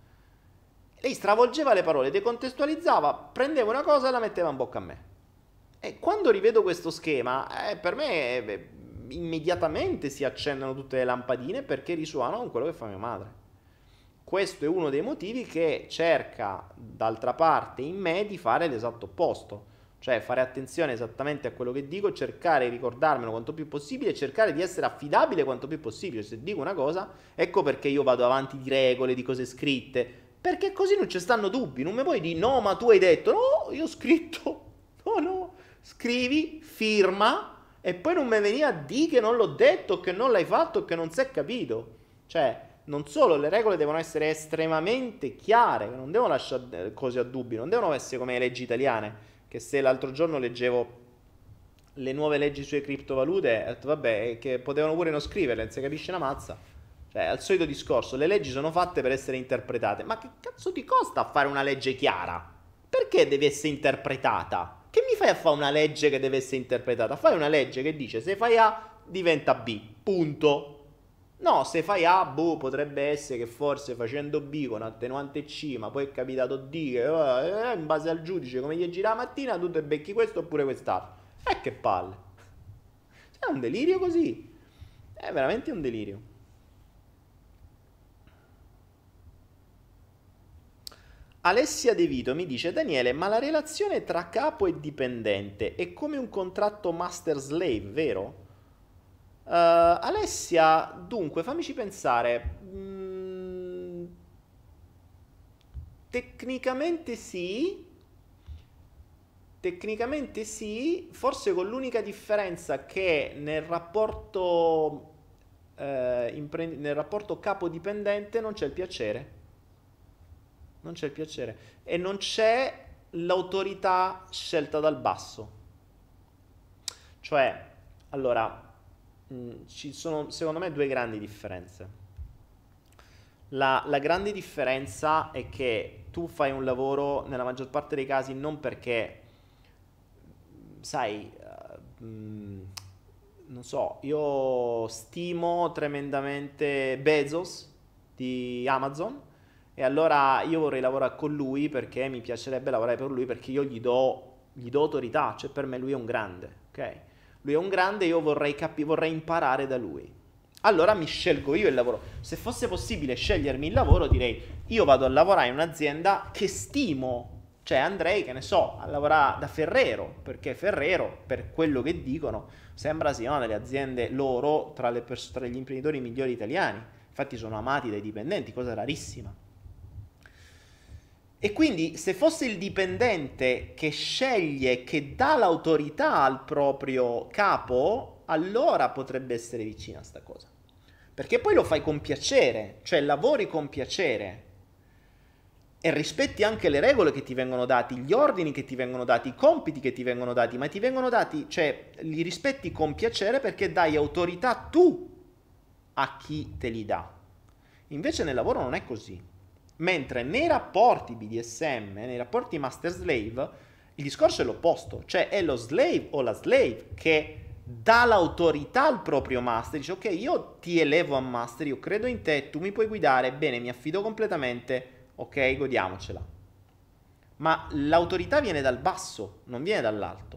lei stravolgeva le parole, decontestualizzava, prendeva una cosa e la metteva in bocca a me. E quando rivedo questo schema eh, per me eh, immediatamente si accendono tutte le lampadine perché risuonano con quello che fa mia madre. Questo è uno dei motivi che cerca d'altra parte in me di fare l'esatto opposto. Cioè fare attenzione esattamente a quello che dico, cercare di ricordarmelo quanto più possibile, cercare di essere affidabile quanto più possibile. Se dico una cosa, ecco perché io vado avanti di regole, di cose scritte, perché così non ci stanno dubbi. Non mi puoi dire no ma tu hai detto, no io ho scritto, no no, scrivi, firma e poi non mi veni a dire che non l'ho detto, che non l'hai fatto, che non si è capito. Cioè non solo le regole devono essere estremamente chiare, non devono lasciare cose a dubbi, non devono essere come le leggi italiane. Che se l'altro giorno leggevo le nuove leggi sulle criptovalute, ho detto vabbè, che potevano pure non scriverle, non si capisce una mazza. Cioè, al solito discorso, le leggi sono fatte per essere interpretate. Ma che cazzo ti costa fare una legge chiara? Perché deve essere interpretata? Che mi fai a fare una legge che deve essere interpretata? Fai una legge che dice se fai A diventa B, punto. No, se fai A, boh, potrebbe essere che forse facendo B con attenuante C, ma poi è capitato D, che eh, in base al giudice come gli gira la mattina, tu te becchi questo oppure quest'altro. E che palle. È un delirio così. È veramente un delirio. Alessia De Vito mi dice: Daniele, ma la relazione tra capo e dipendente è come un contratto master-slave, vero? Uh, Alessia, dunque, fammici pensare. Mm, tecnicamente sì. Tecnicamente sì, forse con l'unica differenza che nel rapporto, eh, impre- nel rapporto capo-dipendente non c'è il piacere. Non c'è il piacere. E non c'è l'autorità scelta dal basso. Cioè, allora, mh, ci sono secondo me due grandi differenze. La, la grande differenza è che tu fai un lavoro nella maggior parte dei casi non perché, sai, uh, mh, non so, io stimo tremendamente Bezos di Amazon e allora io vorrei lavorare con lui perché mi piacerebbe lavorare per lui perché io gli do, gli do autorità, cioè per me lui è un grande, ok? Lui è un grande e io vorrei, capi- vorrei imparare da lui. Allora mi scelgo io il lavoro. Se fosse possibile scegliermi il lavoro, direi io vado a lavorare in un'azienda che stimo. Cioè andrei, che ne so, a lavorare da Ferrero, perché Ferrero, per quello che dicono, sembra sia una delle aziende loro tra, le pers- tra gli imprenditori migliori italiani. Infatti sono amati dai dipendenti, cosa rarissima. E quindi se fosse il dipendente che sceglie, che dà l'autorità al proprio capo, allora potrebbe essere vicina a sta cosa. Perché poi lo fai con piacere, cioè lavori con piacere e rispetti anche le regole che ti vengono dati, gli ordini che ti vengono dati, i compiti che ti vengono dati, ma ti vengono dati, cioè li rispetti con piacere perché dai autorità tu a chi te li dà. Invece nel lavoro non è così. Mentre nei rapporti B D S M, nei rapporti master-slave, il discorso è l'opposto, cioè è lo slave o la slave che dà l'autorità al proprio master, dice ok, io ti elevo a master, io credo in te, tu mi puoi guidare, bene, mi affido completamente, ok, godiamocela. Ma l'autorità viene dal basso, non viene dall'alto.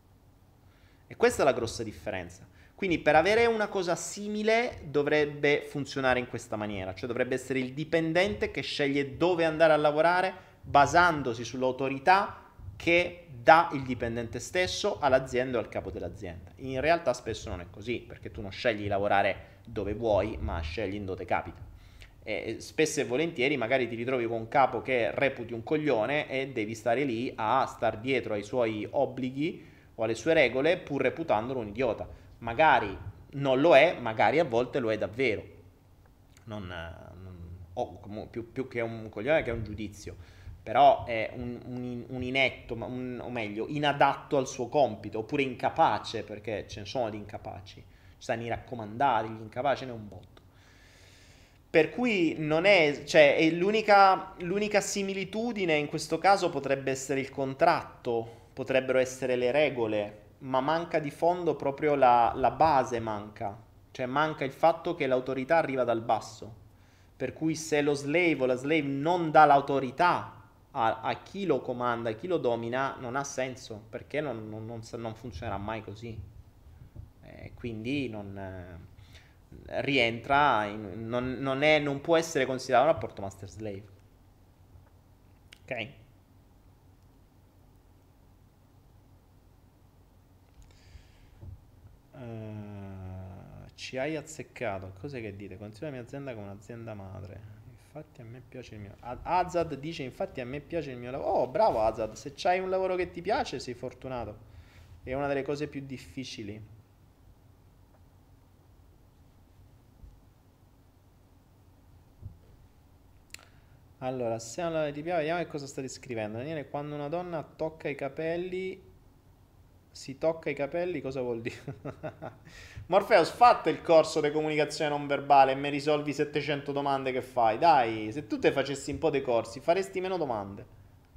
E questa è la grossa differenza. Quindi per avere una cosa simile dovrebbe funzionare in questa maniera, cioè dovrebbe essere il dipendente che sceglie dove andare a lavorare basandosi sull'autorità che dà il dipendente stesso all'azienda o al capo dell'azienda. In realtà spesso non è così, perché tu non scegli di lavorare dove vuoi, ma scegli in dove capita. E spesso e volentieri magari ti ritrovi con un capo che reputi un coglione e devi stare lì a star dietro ai suoi obblighi o alle sue regole pur reputandolo un idiota. Magari non lo è, magari a volte lo è davvero. Non, non, o comunque, più, più che un coglione che è un giudizio. Però è un, un, un inetto, un, o meglio, inadatto al suo compito, oppure incapace, perché ce ne sono di incapaci. Ci stanno i raccomandati, gli incapaci ne è un botto. Per cui non è, cioè, è l'unica, l'unica similitudine in questo caso potrebbe essere il contratto, potrebbero essere le regole, ma manca di fondo proprio la, la base, manca. Cioè manca il fatto che l'autorità arriva dal basso. Per cui se lo slave o la slave non dà l'autorità a, a chi lo comanda, a chi lo domina, non ha senso, perché non, non, non, non funzionerà mai così. E quindi non... Eh, rientra in, non, non, è, non può essere considerato un rapporto master slave, ok? Uh, ci hai azzeccato. Cos'è che dite? Considero la mia azienda come un'azienda madre. Infatti a me piace il mio Azad dice infatti a me piace il mio lavoro. Oh bravo Azad, se c'hai un lavoro che ti piace sei fortunato. È una delle cose più difficili. Allora, se non ti piace, vediamo che cosa state scrivendo. Daniele, quando una donna tocca i capelli Si tocca i capelli, cosa vuol dire? Morpheus, fate il corso di comunicazione non verbale e mi risolvi settecento domande che fai. Dai, se tu te facessi un po' dei corsi, faresti meno domande.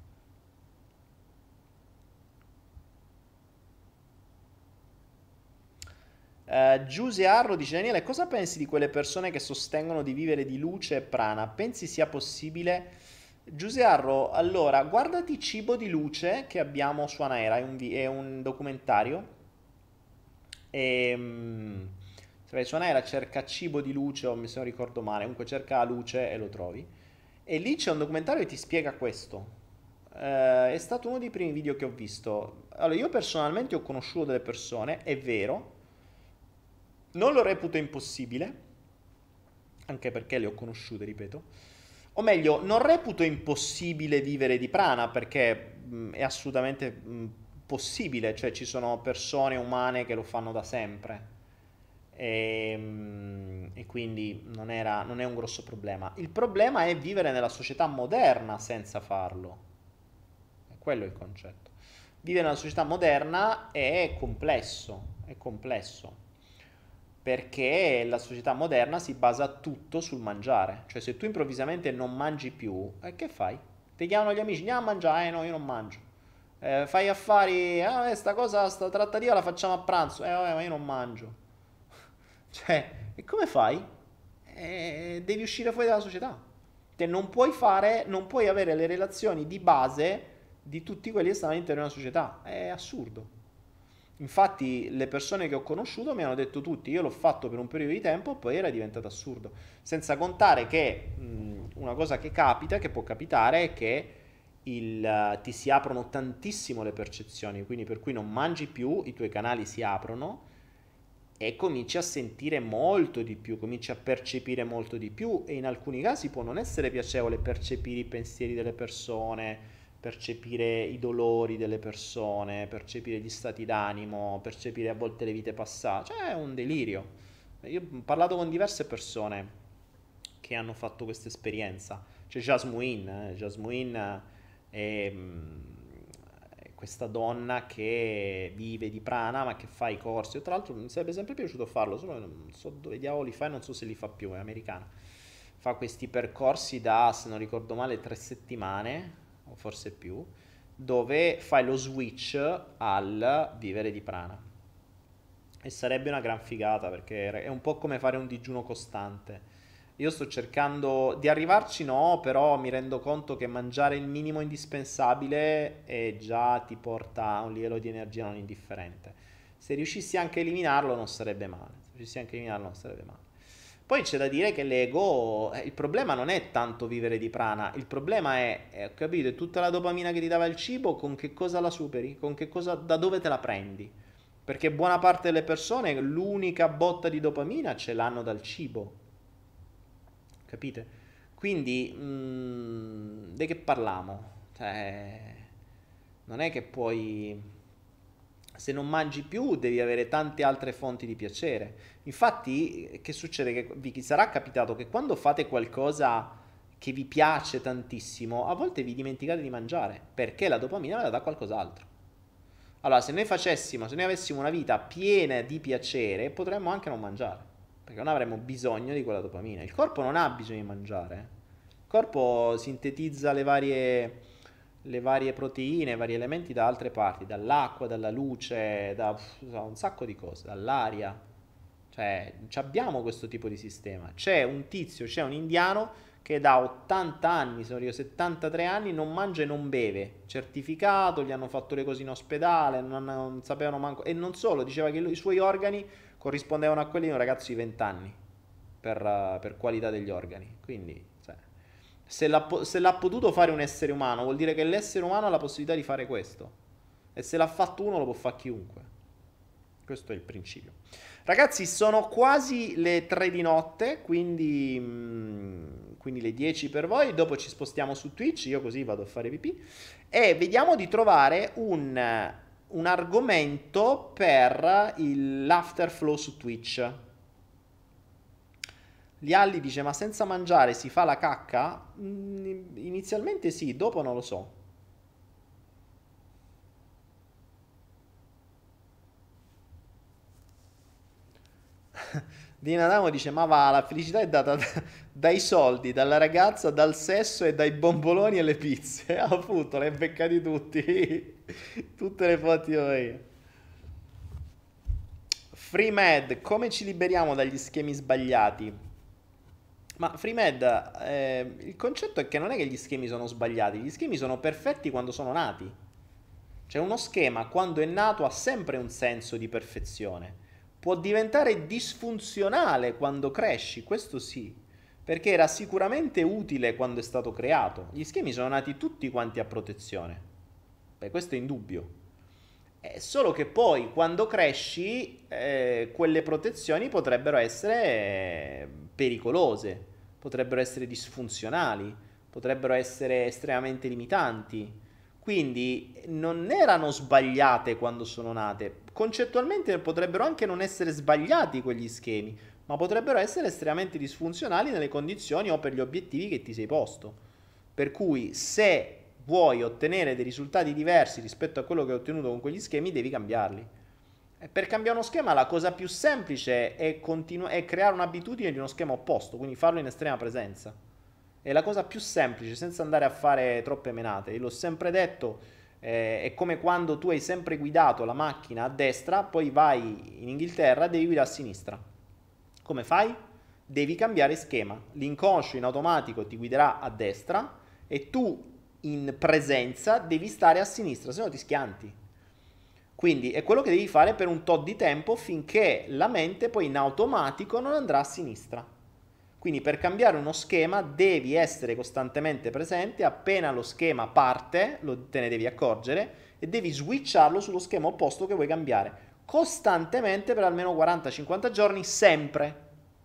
Uh, Giuse Arro dice: Daniele, cosa pensi di quelle persone che sostengono di vivere di luce e prana? Pensi sia possibile? Giuse Arro, allora, guardati Cibo di luce che abbiamo su Anaera, è un, vi- è un documentario. E, mm, se vai su Anaera cerca Cibo di luce, o se non ricordo male, comunque cerca luce e lo trovi. E lì c'è un documentario che ti spiega questo. Eh, è stato uno dei primi video che ho visto. Allora, io personalmente ho conosciuto delle persone, è vero. Non lo reputo impossibile, anche perché le ho conosciute, ripeto. O meglio, non reputo impossibile vivere di prana, perché mh, è assolutamente mh, possibile, cioè ci sono persone umane che lo fanno da sempre. E, mh, e quindi non era, non è un grosso problema. Il problema è vivere nella società moderna senza farlo. È quello il concetto. Vivere nella società moderna è complesso, è complesso. Perché la società moderna si basa tutto sul mangiare. Cioè, se tu improvvisamente non mangi più, eh, che fai? Ti chiamano gli amici, andiamo a mangiare, eh no, io non mangio. Eh, fai affari, ah, eh, sta cosa, sta trattativa la facciamo a pranzo, eh vabbè, ma io non mangio. Cioè, e come fai? Eh, devi uscire fuori dalla società. Te non puoi fare, non puoi avere le relazioni di base di tutti quelli che stanno all'interno di una società. È assurdo. Infatti le persone che ho conosciuto mi hanno detto tutti, io l'ho fatto per un periodo di tempo, poi era diventato assurdo. Senza contare che mh, una cosa che capita, che può capitare, è che il, eh, ti si aprono tantissimo le percezioni, quindi per cui non mangi più, i tuoi canali si aprono e cominci a sentire molto di più, cominci a percepire molto di più e in alcuni casi può non essere piacevole percepire i pensieri delle persone, percepire i dolori delle persone, percepire gli stati d'animo, percepire a volte le vite passate, cioè è un delirio. Io ho parlato con diverse persone che hanno fatto questa esperienza. C'è Jasmine, eh, Jasmine è, mm, è questa donna che vive di prana ma che fa i corsi. Tra l'altro mi sarebbe sempre piaciuto farlo, solo che non so dove diavolo li fa e non so se li fa più, è americana. Fa questi percorsi da, se non ricordo male, tre settimane o forse più, dove fai lo switch al vivere di prana. E sarebbe una gran figata perché è un po' come fare un digiuno costante. Io sto cercando di arrivarci, no, però mi rendo conto che mangiare il minimo indispensabile è già ti porta a un livello di energia non indifferente. Se riuscissi anche a eliminarlo non sarebbe male. Se riuscissi anche a eliminarlo non sarebbe male. Poi c'è da dire che l'ego, eh, il problema non è tanto vivere di prana, il problema è, eh, ho capito, è tutta la dopamina che ti dava il cibo, con che cosa la superi, con che cosa, da dove te la prendi? Perché buona parte delle persone l'unica botta di dopamina ce l'hanno dal cibo, capite? Quindi, mm, di che parliamo? Cioè, non è che puoi... Se non mangi più devi avere tante altre fonti di piacere. Infatti, che succede? Che vi sarà capitato che quando fate qualcosa che vi piace tantissimo, a volte vi dimenticate di mangiare, perché la dopamina ve la dà qualcos'altro. Allora, se noi facessimo, se noi avessimo una vita piena di piacere, potremmo anche non mangiare, perché non avremmo bisogno di quella dopamina. Il corpo non ha bisogno di mangiare. eh. Il corpo sintetizza le varie le varie proteine, i vari elementi da altre parti, dall'acqua, dalla luce, da un sacco di cose, dall'aria. Cioè, abbiamo questo tipo di sistema. C'è un tizio, c'è un indiano che da ottanta anni, sono io, settantatré anni, non mangia e non beve. Certificato, gli hanno fatto le cose in ospedale, non, non sapevano manco... E non solo, diceva che i suoi organi corrispondevano a quelli di un ragazzo di venti anni per, per qualità degli organi. Quindi... Se l'ha, se l'ha potuto fare un essere umano, vuol dire che l'essere umano ha la possibilità di fare questo. E se l'ha fatto uno, lo può fare chiunque. Questo è il principio. Ragazzi, sono quasi le tre di notte, quindi, mh, quindi le dieci per voi. Dopo ci spostiamo su Twitch, io così vado a fare pipì. E vediamo di trovare un, un argomento per il, l'afterflow su Twitch. Lialli dice, ma senza mangiare si fa la cacca? Mm, inizialmente sì, dopo non lo so. Dina Adamo dice: ma va, la felicità è data da- dai soldi, dalla ragazza, dal sesso e dai bomboloni e le pizze. Appunto, le hai beccati tutti. Tutte le foto io. Free Med, come ci liberiamo dagli schemi sbagliati? Ma Free Med, eh, il concetto è che non è che gli schemi sono sbagliati, gli schemi sono perfetti quando sono nati. Cioè uno schema quando è nato ha sempre un senso di perfezione. Può diventare disfunzionale quando cresci, questo sì, perché era sicuramente utile quando è stato creato. Gli schemi sono nati tutti quanti a protezione. Beh, questo è indubbio. È solo che poi quando cresci eh, quelle protezioni potrebbero essere eh, pericolose, potrebbero essere disfunzionali, potrebbero essere estremamente limitanti. Quindi non erano sbagliate quando sono nate. Concettualmente potrebbero anche non essere sbagliati quegli schemi, ma potrebbero essere estremamente disfunzionali nelle condizioni o per gli obiettivi che ti sei posto. Per cui se vuoi ottenere dei risultati diversi rispetto a quello che hai ottenuto con quegli schemi, devi cambiarli. E per cambiare uno schema la cosa più semplice è, continu- è creare un'abitudine di uno schema opposto, quindi farlo in estrema presenza. È la cosa più semplice, senza andare a fare troppe menate. Io l'ho sempre detto, eh, è come quando tu hai sempre guidato la macchina a destra, poi vai in Inghilterra, devi guidare a sinistra. Come fai? Devi cambiare schema. L'inconscio in automatico ti guiderà a destra e tu in presenza devi stare a sinistra, se no ti schianti. Quindi è quello che devi fare per un tot di tempo finché la mente poi in automatico non andrà a sinistra. Quindi per cambiare uno schema devi essere costantemente presente, appena lo schema parte, lo, te ne devi accorgere e devi switcharlo sullo schema opposto che vuoi cambiare, costantemente per almeno quaranta cinquanta giorni, sempre.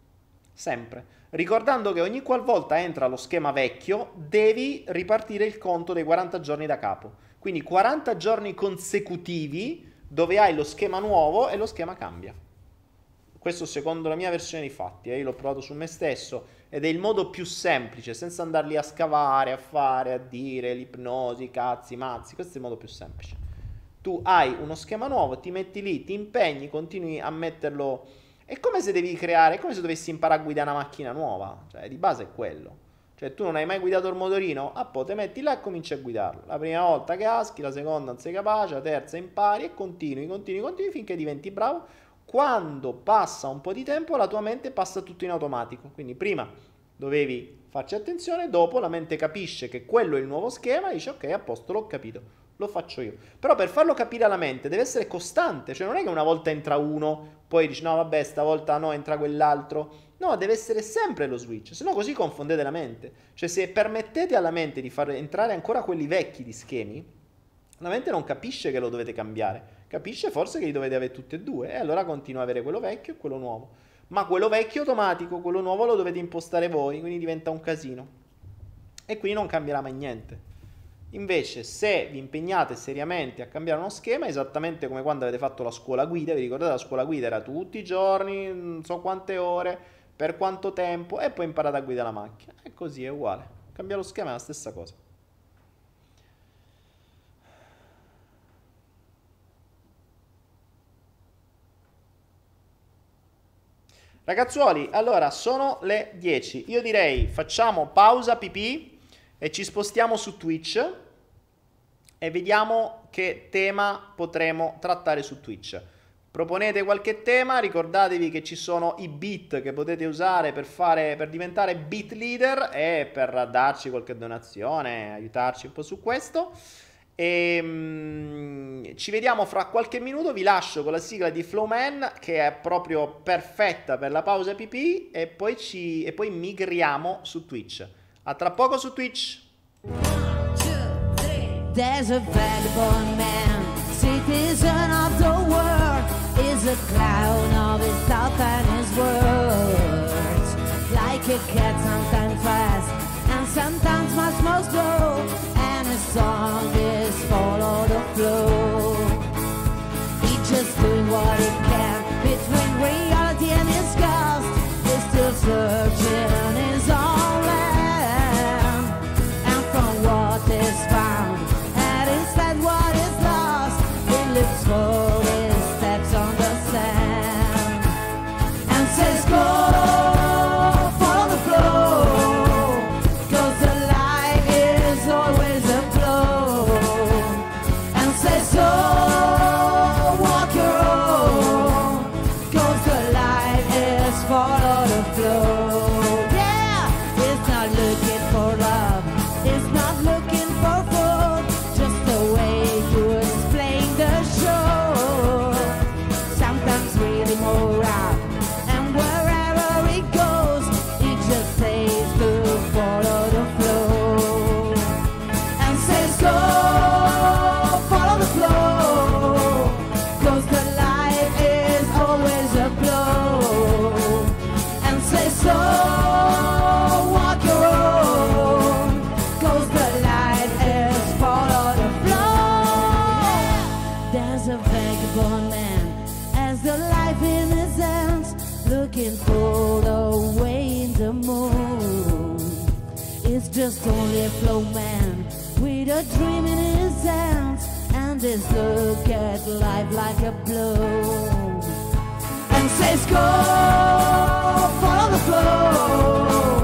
Sempre. Ricordando che ogni qualvolta entra lo schema vecchio devi ripartire il conto dei quaranta giorni da capo. Quindi quaranta giorni consecutivi dove hai lo schema nuovo e lo schema cambia. Questo secondo la mia versione dei fatti, eh? Io l'ho provato su me stesso ed è il modo più semplice, senza andarli a scavare, a fare, a dire l'ipnosi, cazzi, mazzi. Questo è il modo più semplice. Tu hai uno schema nuovo, ti metti lì, ti impegni, continui a metterlo. È come se devi creare, è come se dovessi imparare a guidare una macchina nuova. Cioè, di base è quello. Cioè, tu non hai mai guidato il motorino? Ah, poi te metti là e cominci a guidarlo. La prima volta caschi, la seconda non sei capace, la terza impari e continui, continui, continui finché diventi bravo. Quando passa un po' di tempo la tua mente passa tutto in automatico, quindi prima dovevi farci attenzione, dopo la mente capisce che quello è il nuovo schema e dice ok, a posto, l'ho capito, lo faccio io. Però per farlo capire alla mente deve essere costante, cioè non è che una volta entra uno, poi dici no vabbè stavolta no, entra quell'altro. No, deve essere sempre lo switch, se no così confondete la mente. Cioè se permettete alla mente di far entrare ancora quelli vecchi di schemi, la mente non capisce che lo dovete cambiare. Capisce forse che li dovete avere tutti e due e allora continua a avere quello vecchio e quello nuovo. Ma quello vecchio è automatico, quello nuovo lo dovete impostare voi, quindi diventa un casino. E quindi non cambierà mai niente. Invece se vi impegnate seriamente a cambiare uno schema, esattamente come quando avete fatto la scuola guida, vi ricordate la scuola guida era tutti i giorni, non so quante ore, per quanto tempo, e poi imparate a guidare la macchina. E così è uguale. Cambiare lo schema è la stessa cosa. Ragazzuoli, allora sono le dieci, io direi facciamo pausa pipì e ci spostiamo su Twitch e vediamo che tema potremo trattare su Twitch. Proponete qualche tema, ricordatevi che ci sono i beat che potete usare per, fare, per diventare beat leader e per darci qualche donazione, aiutarci un po' su questo. E um, ci vediamo fra qualche minuto, vi lascio con la sigla di Flowman che è proprio perfetta per la pausa pipì e poi, ci, e poi migriamo su Twitch. A tra poco su Twitch. There's a vagabond man, citizen of the world, is a clown of his thought and his words. Like a cat, sometimes fast and sometimes much more slow, and his song is follow the flow. He just doing what he can between reality and his ghost. He's still searching his own land, and from what is found and instead what is lost, he looks for his steps on the sand and says go. is just only a flow man with a dream in his hands and his look at life like a blow, and says go follow the flow.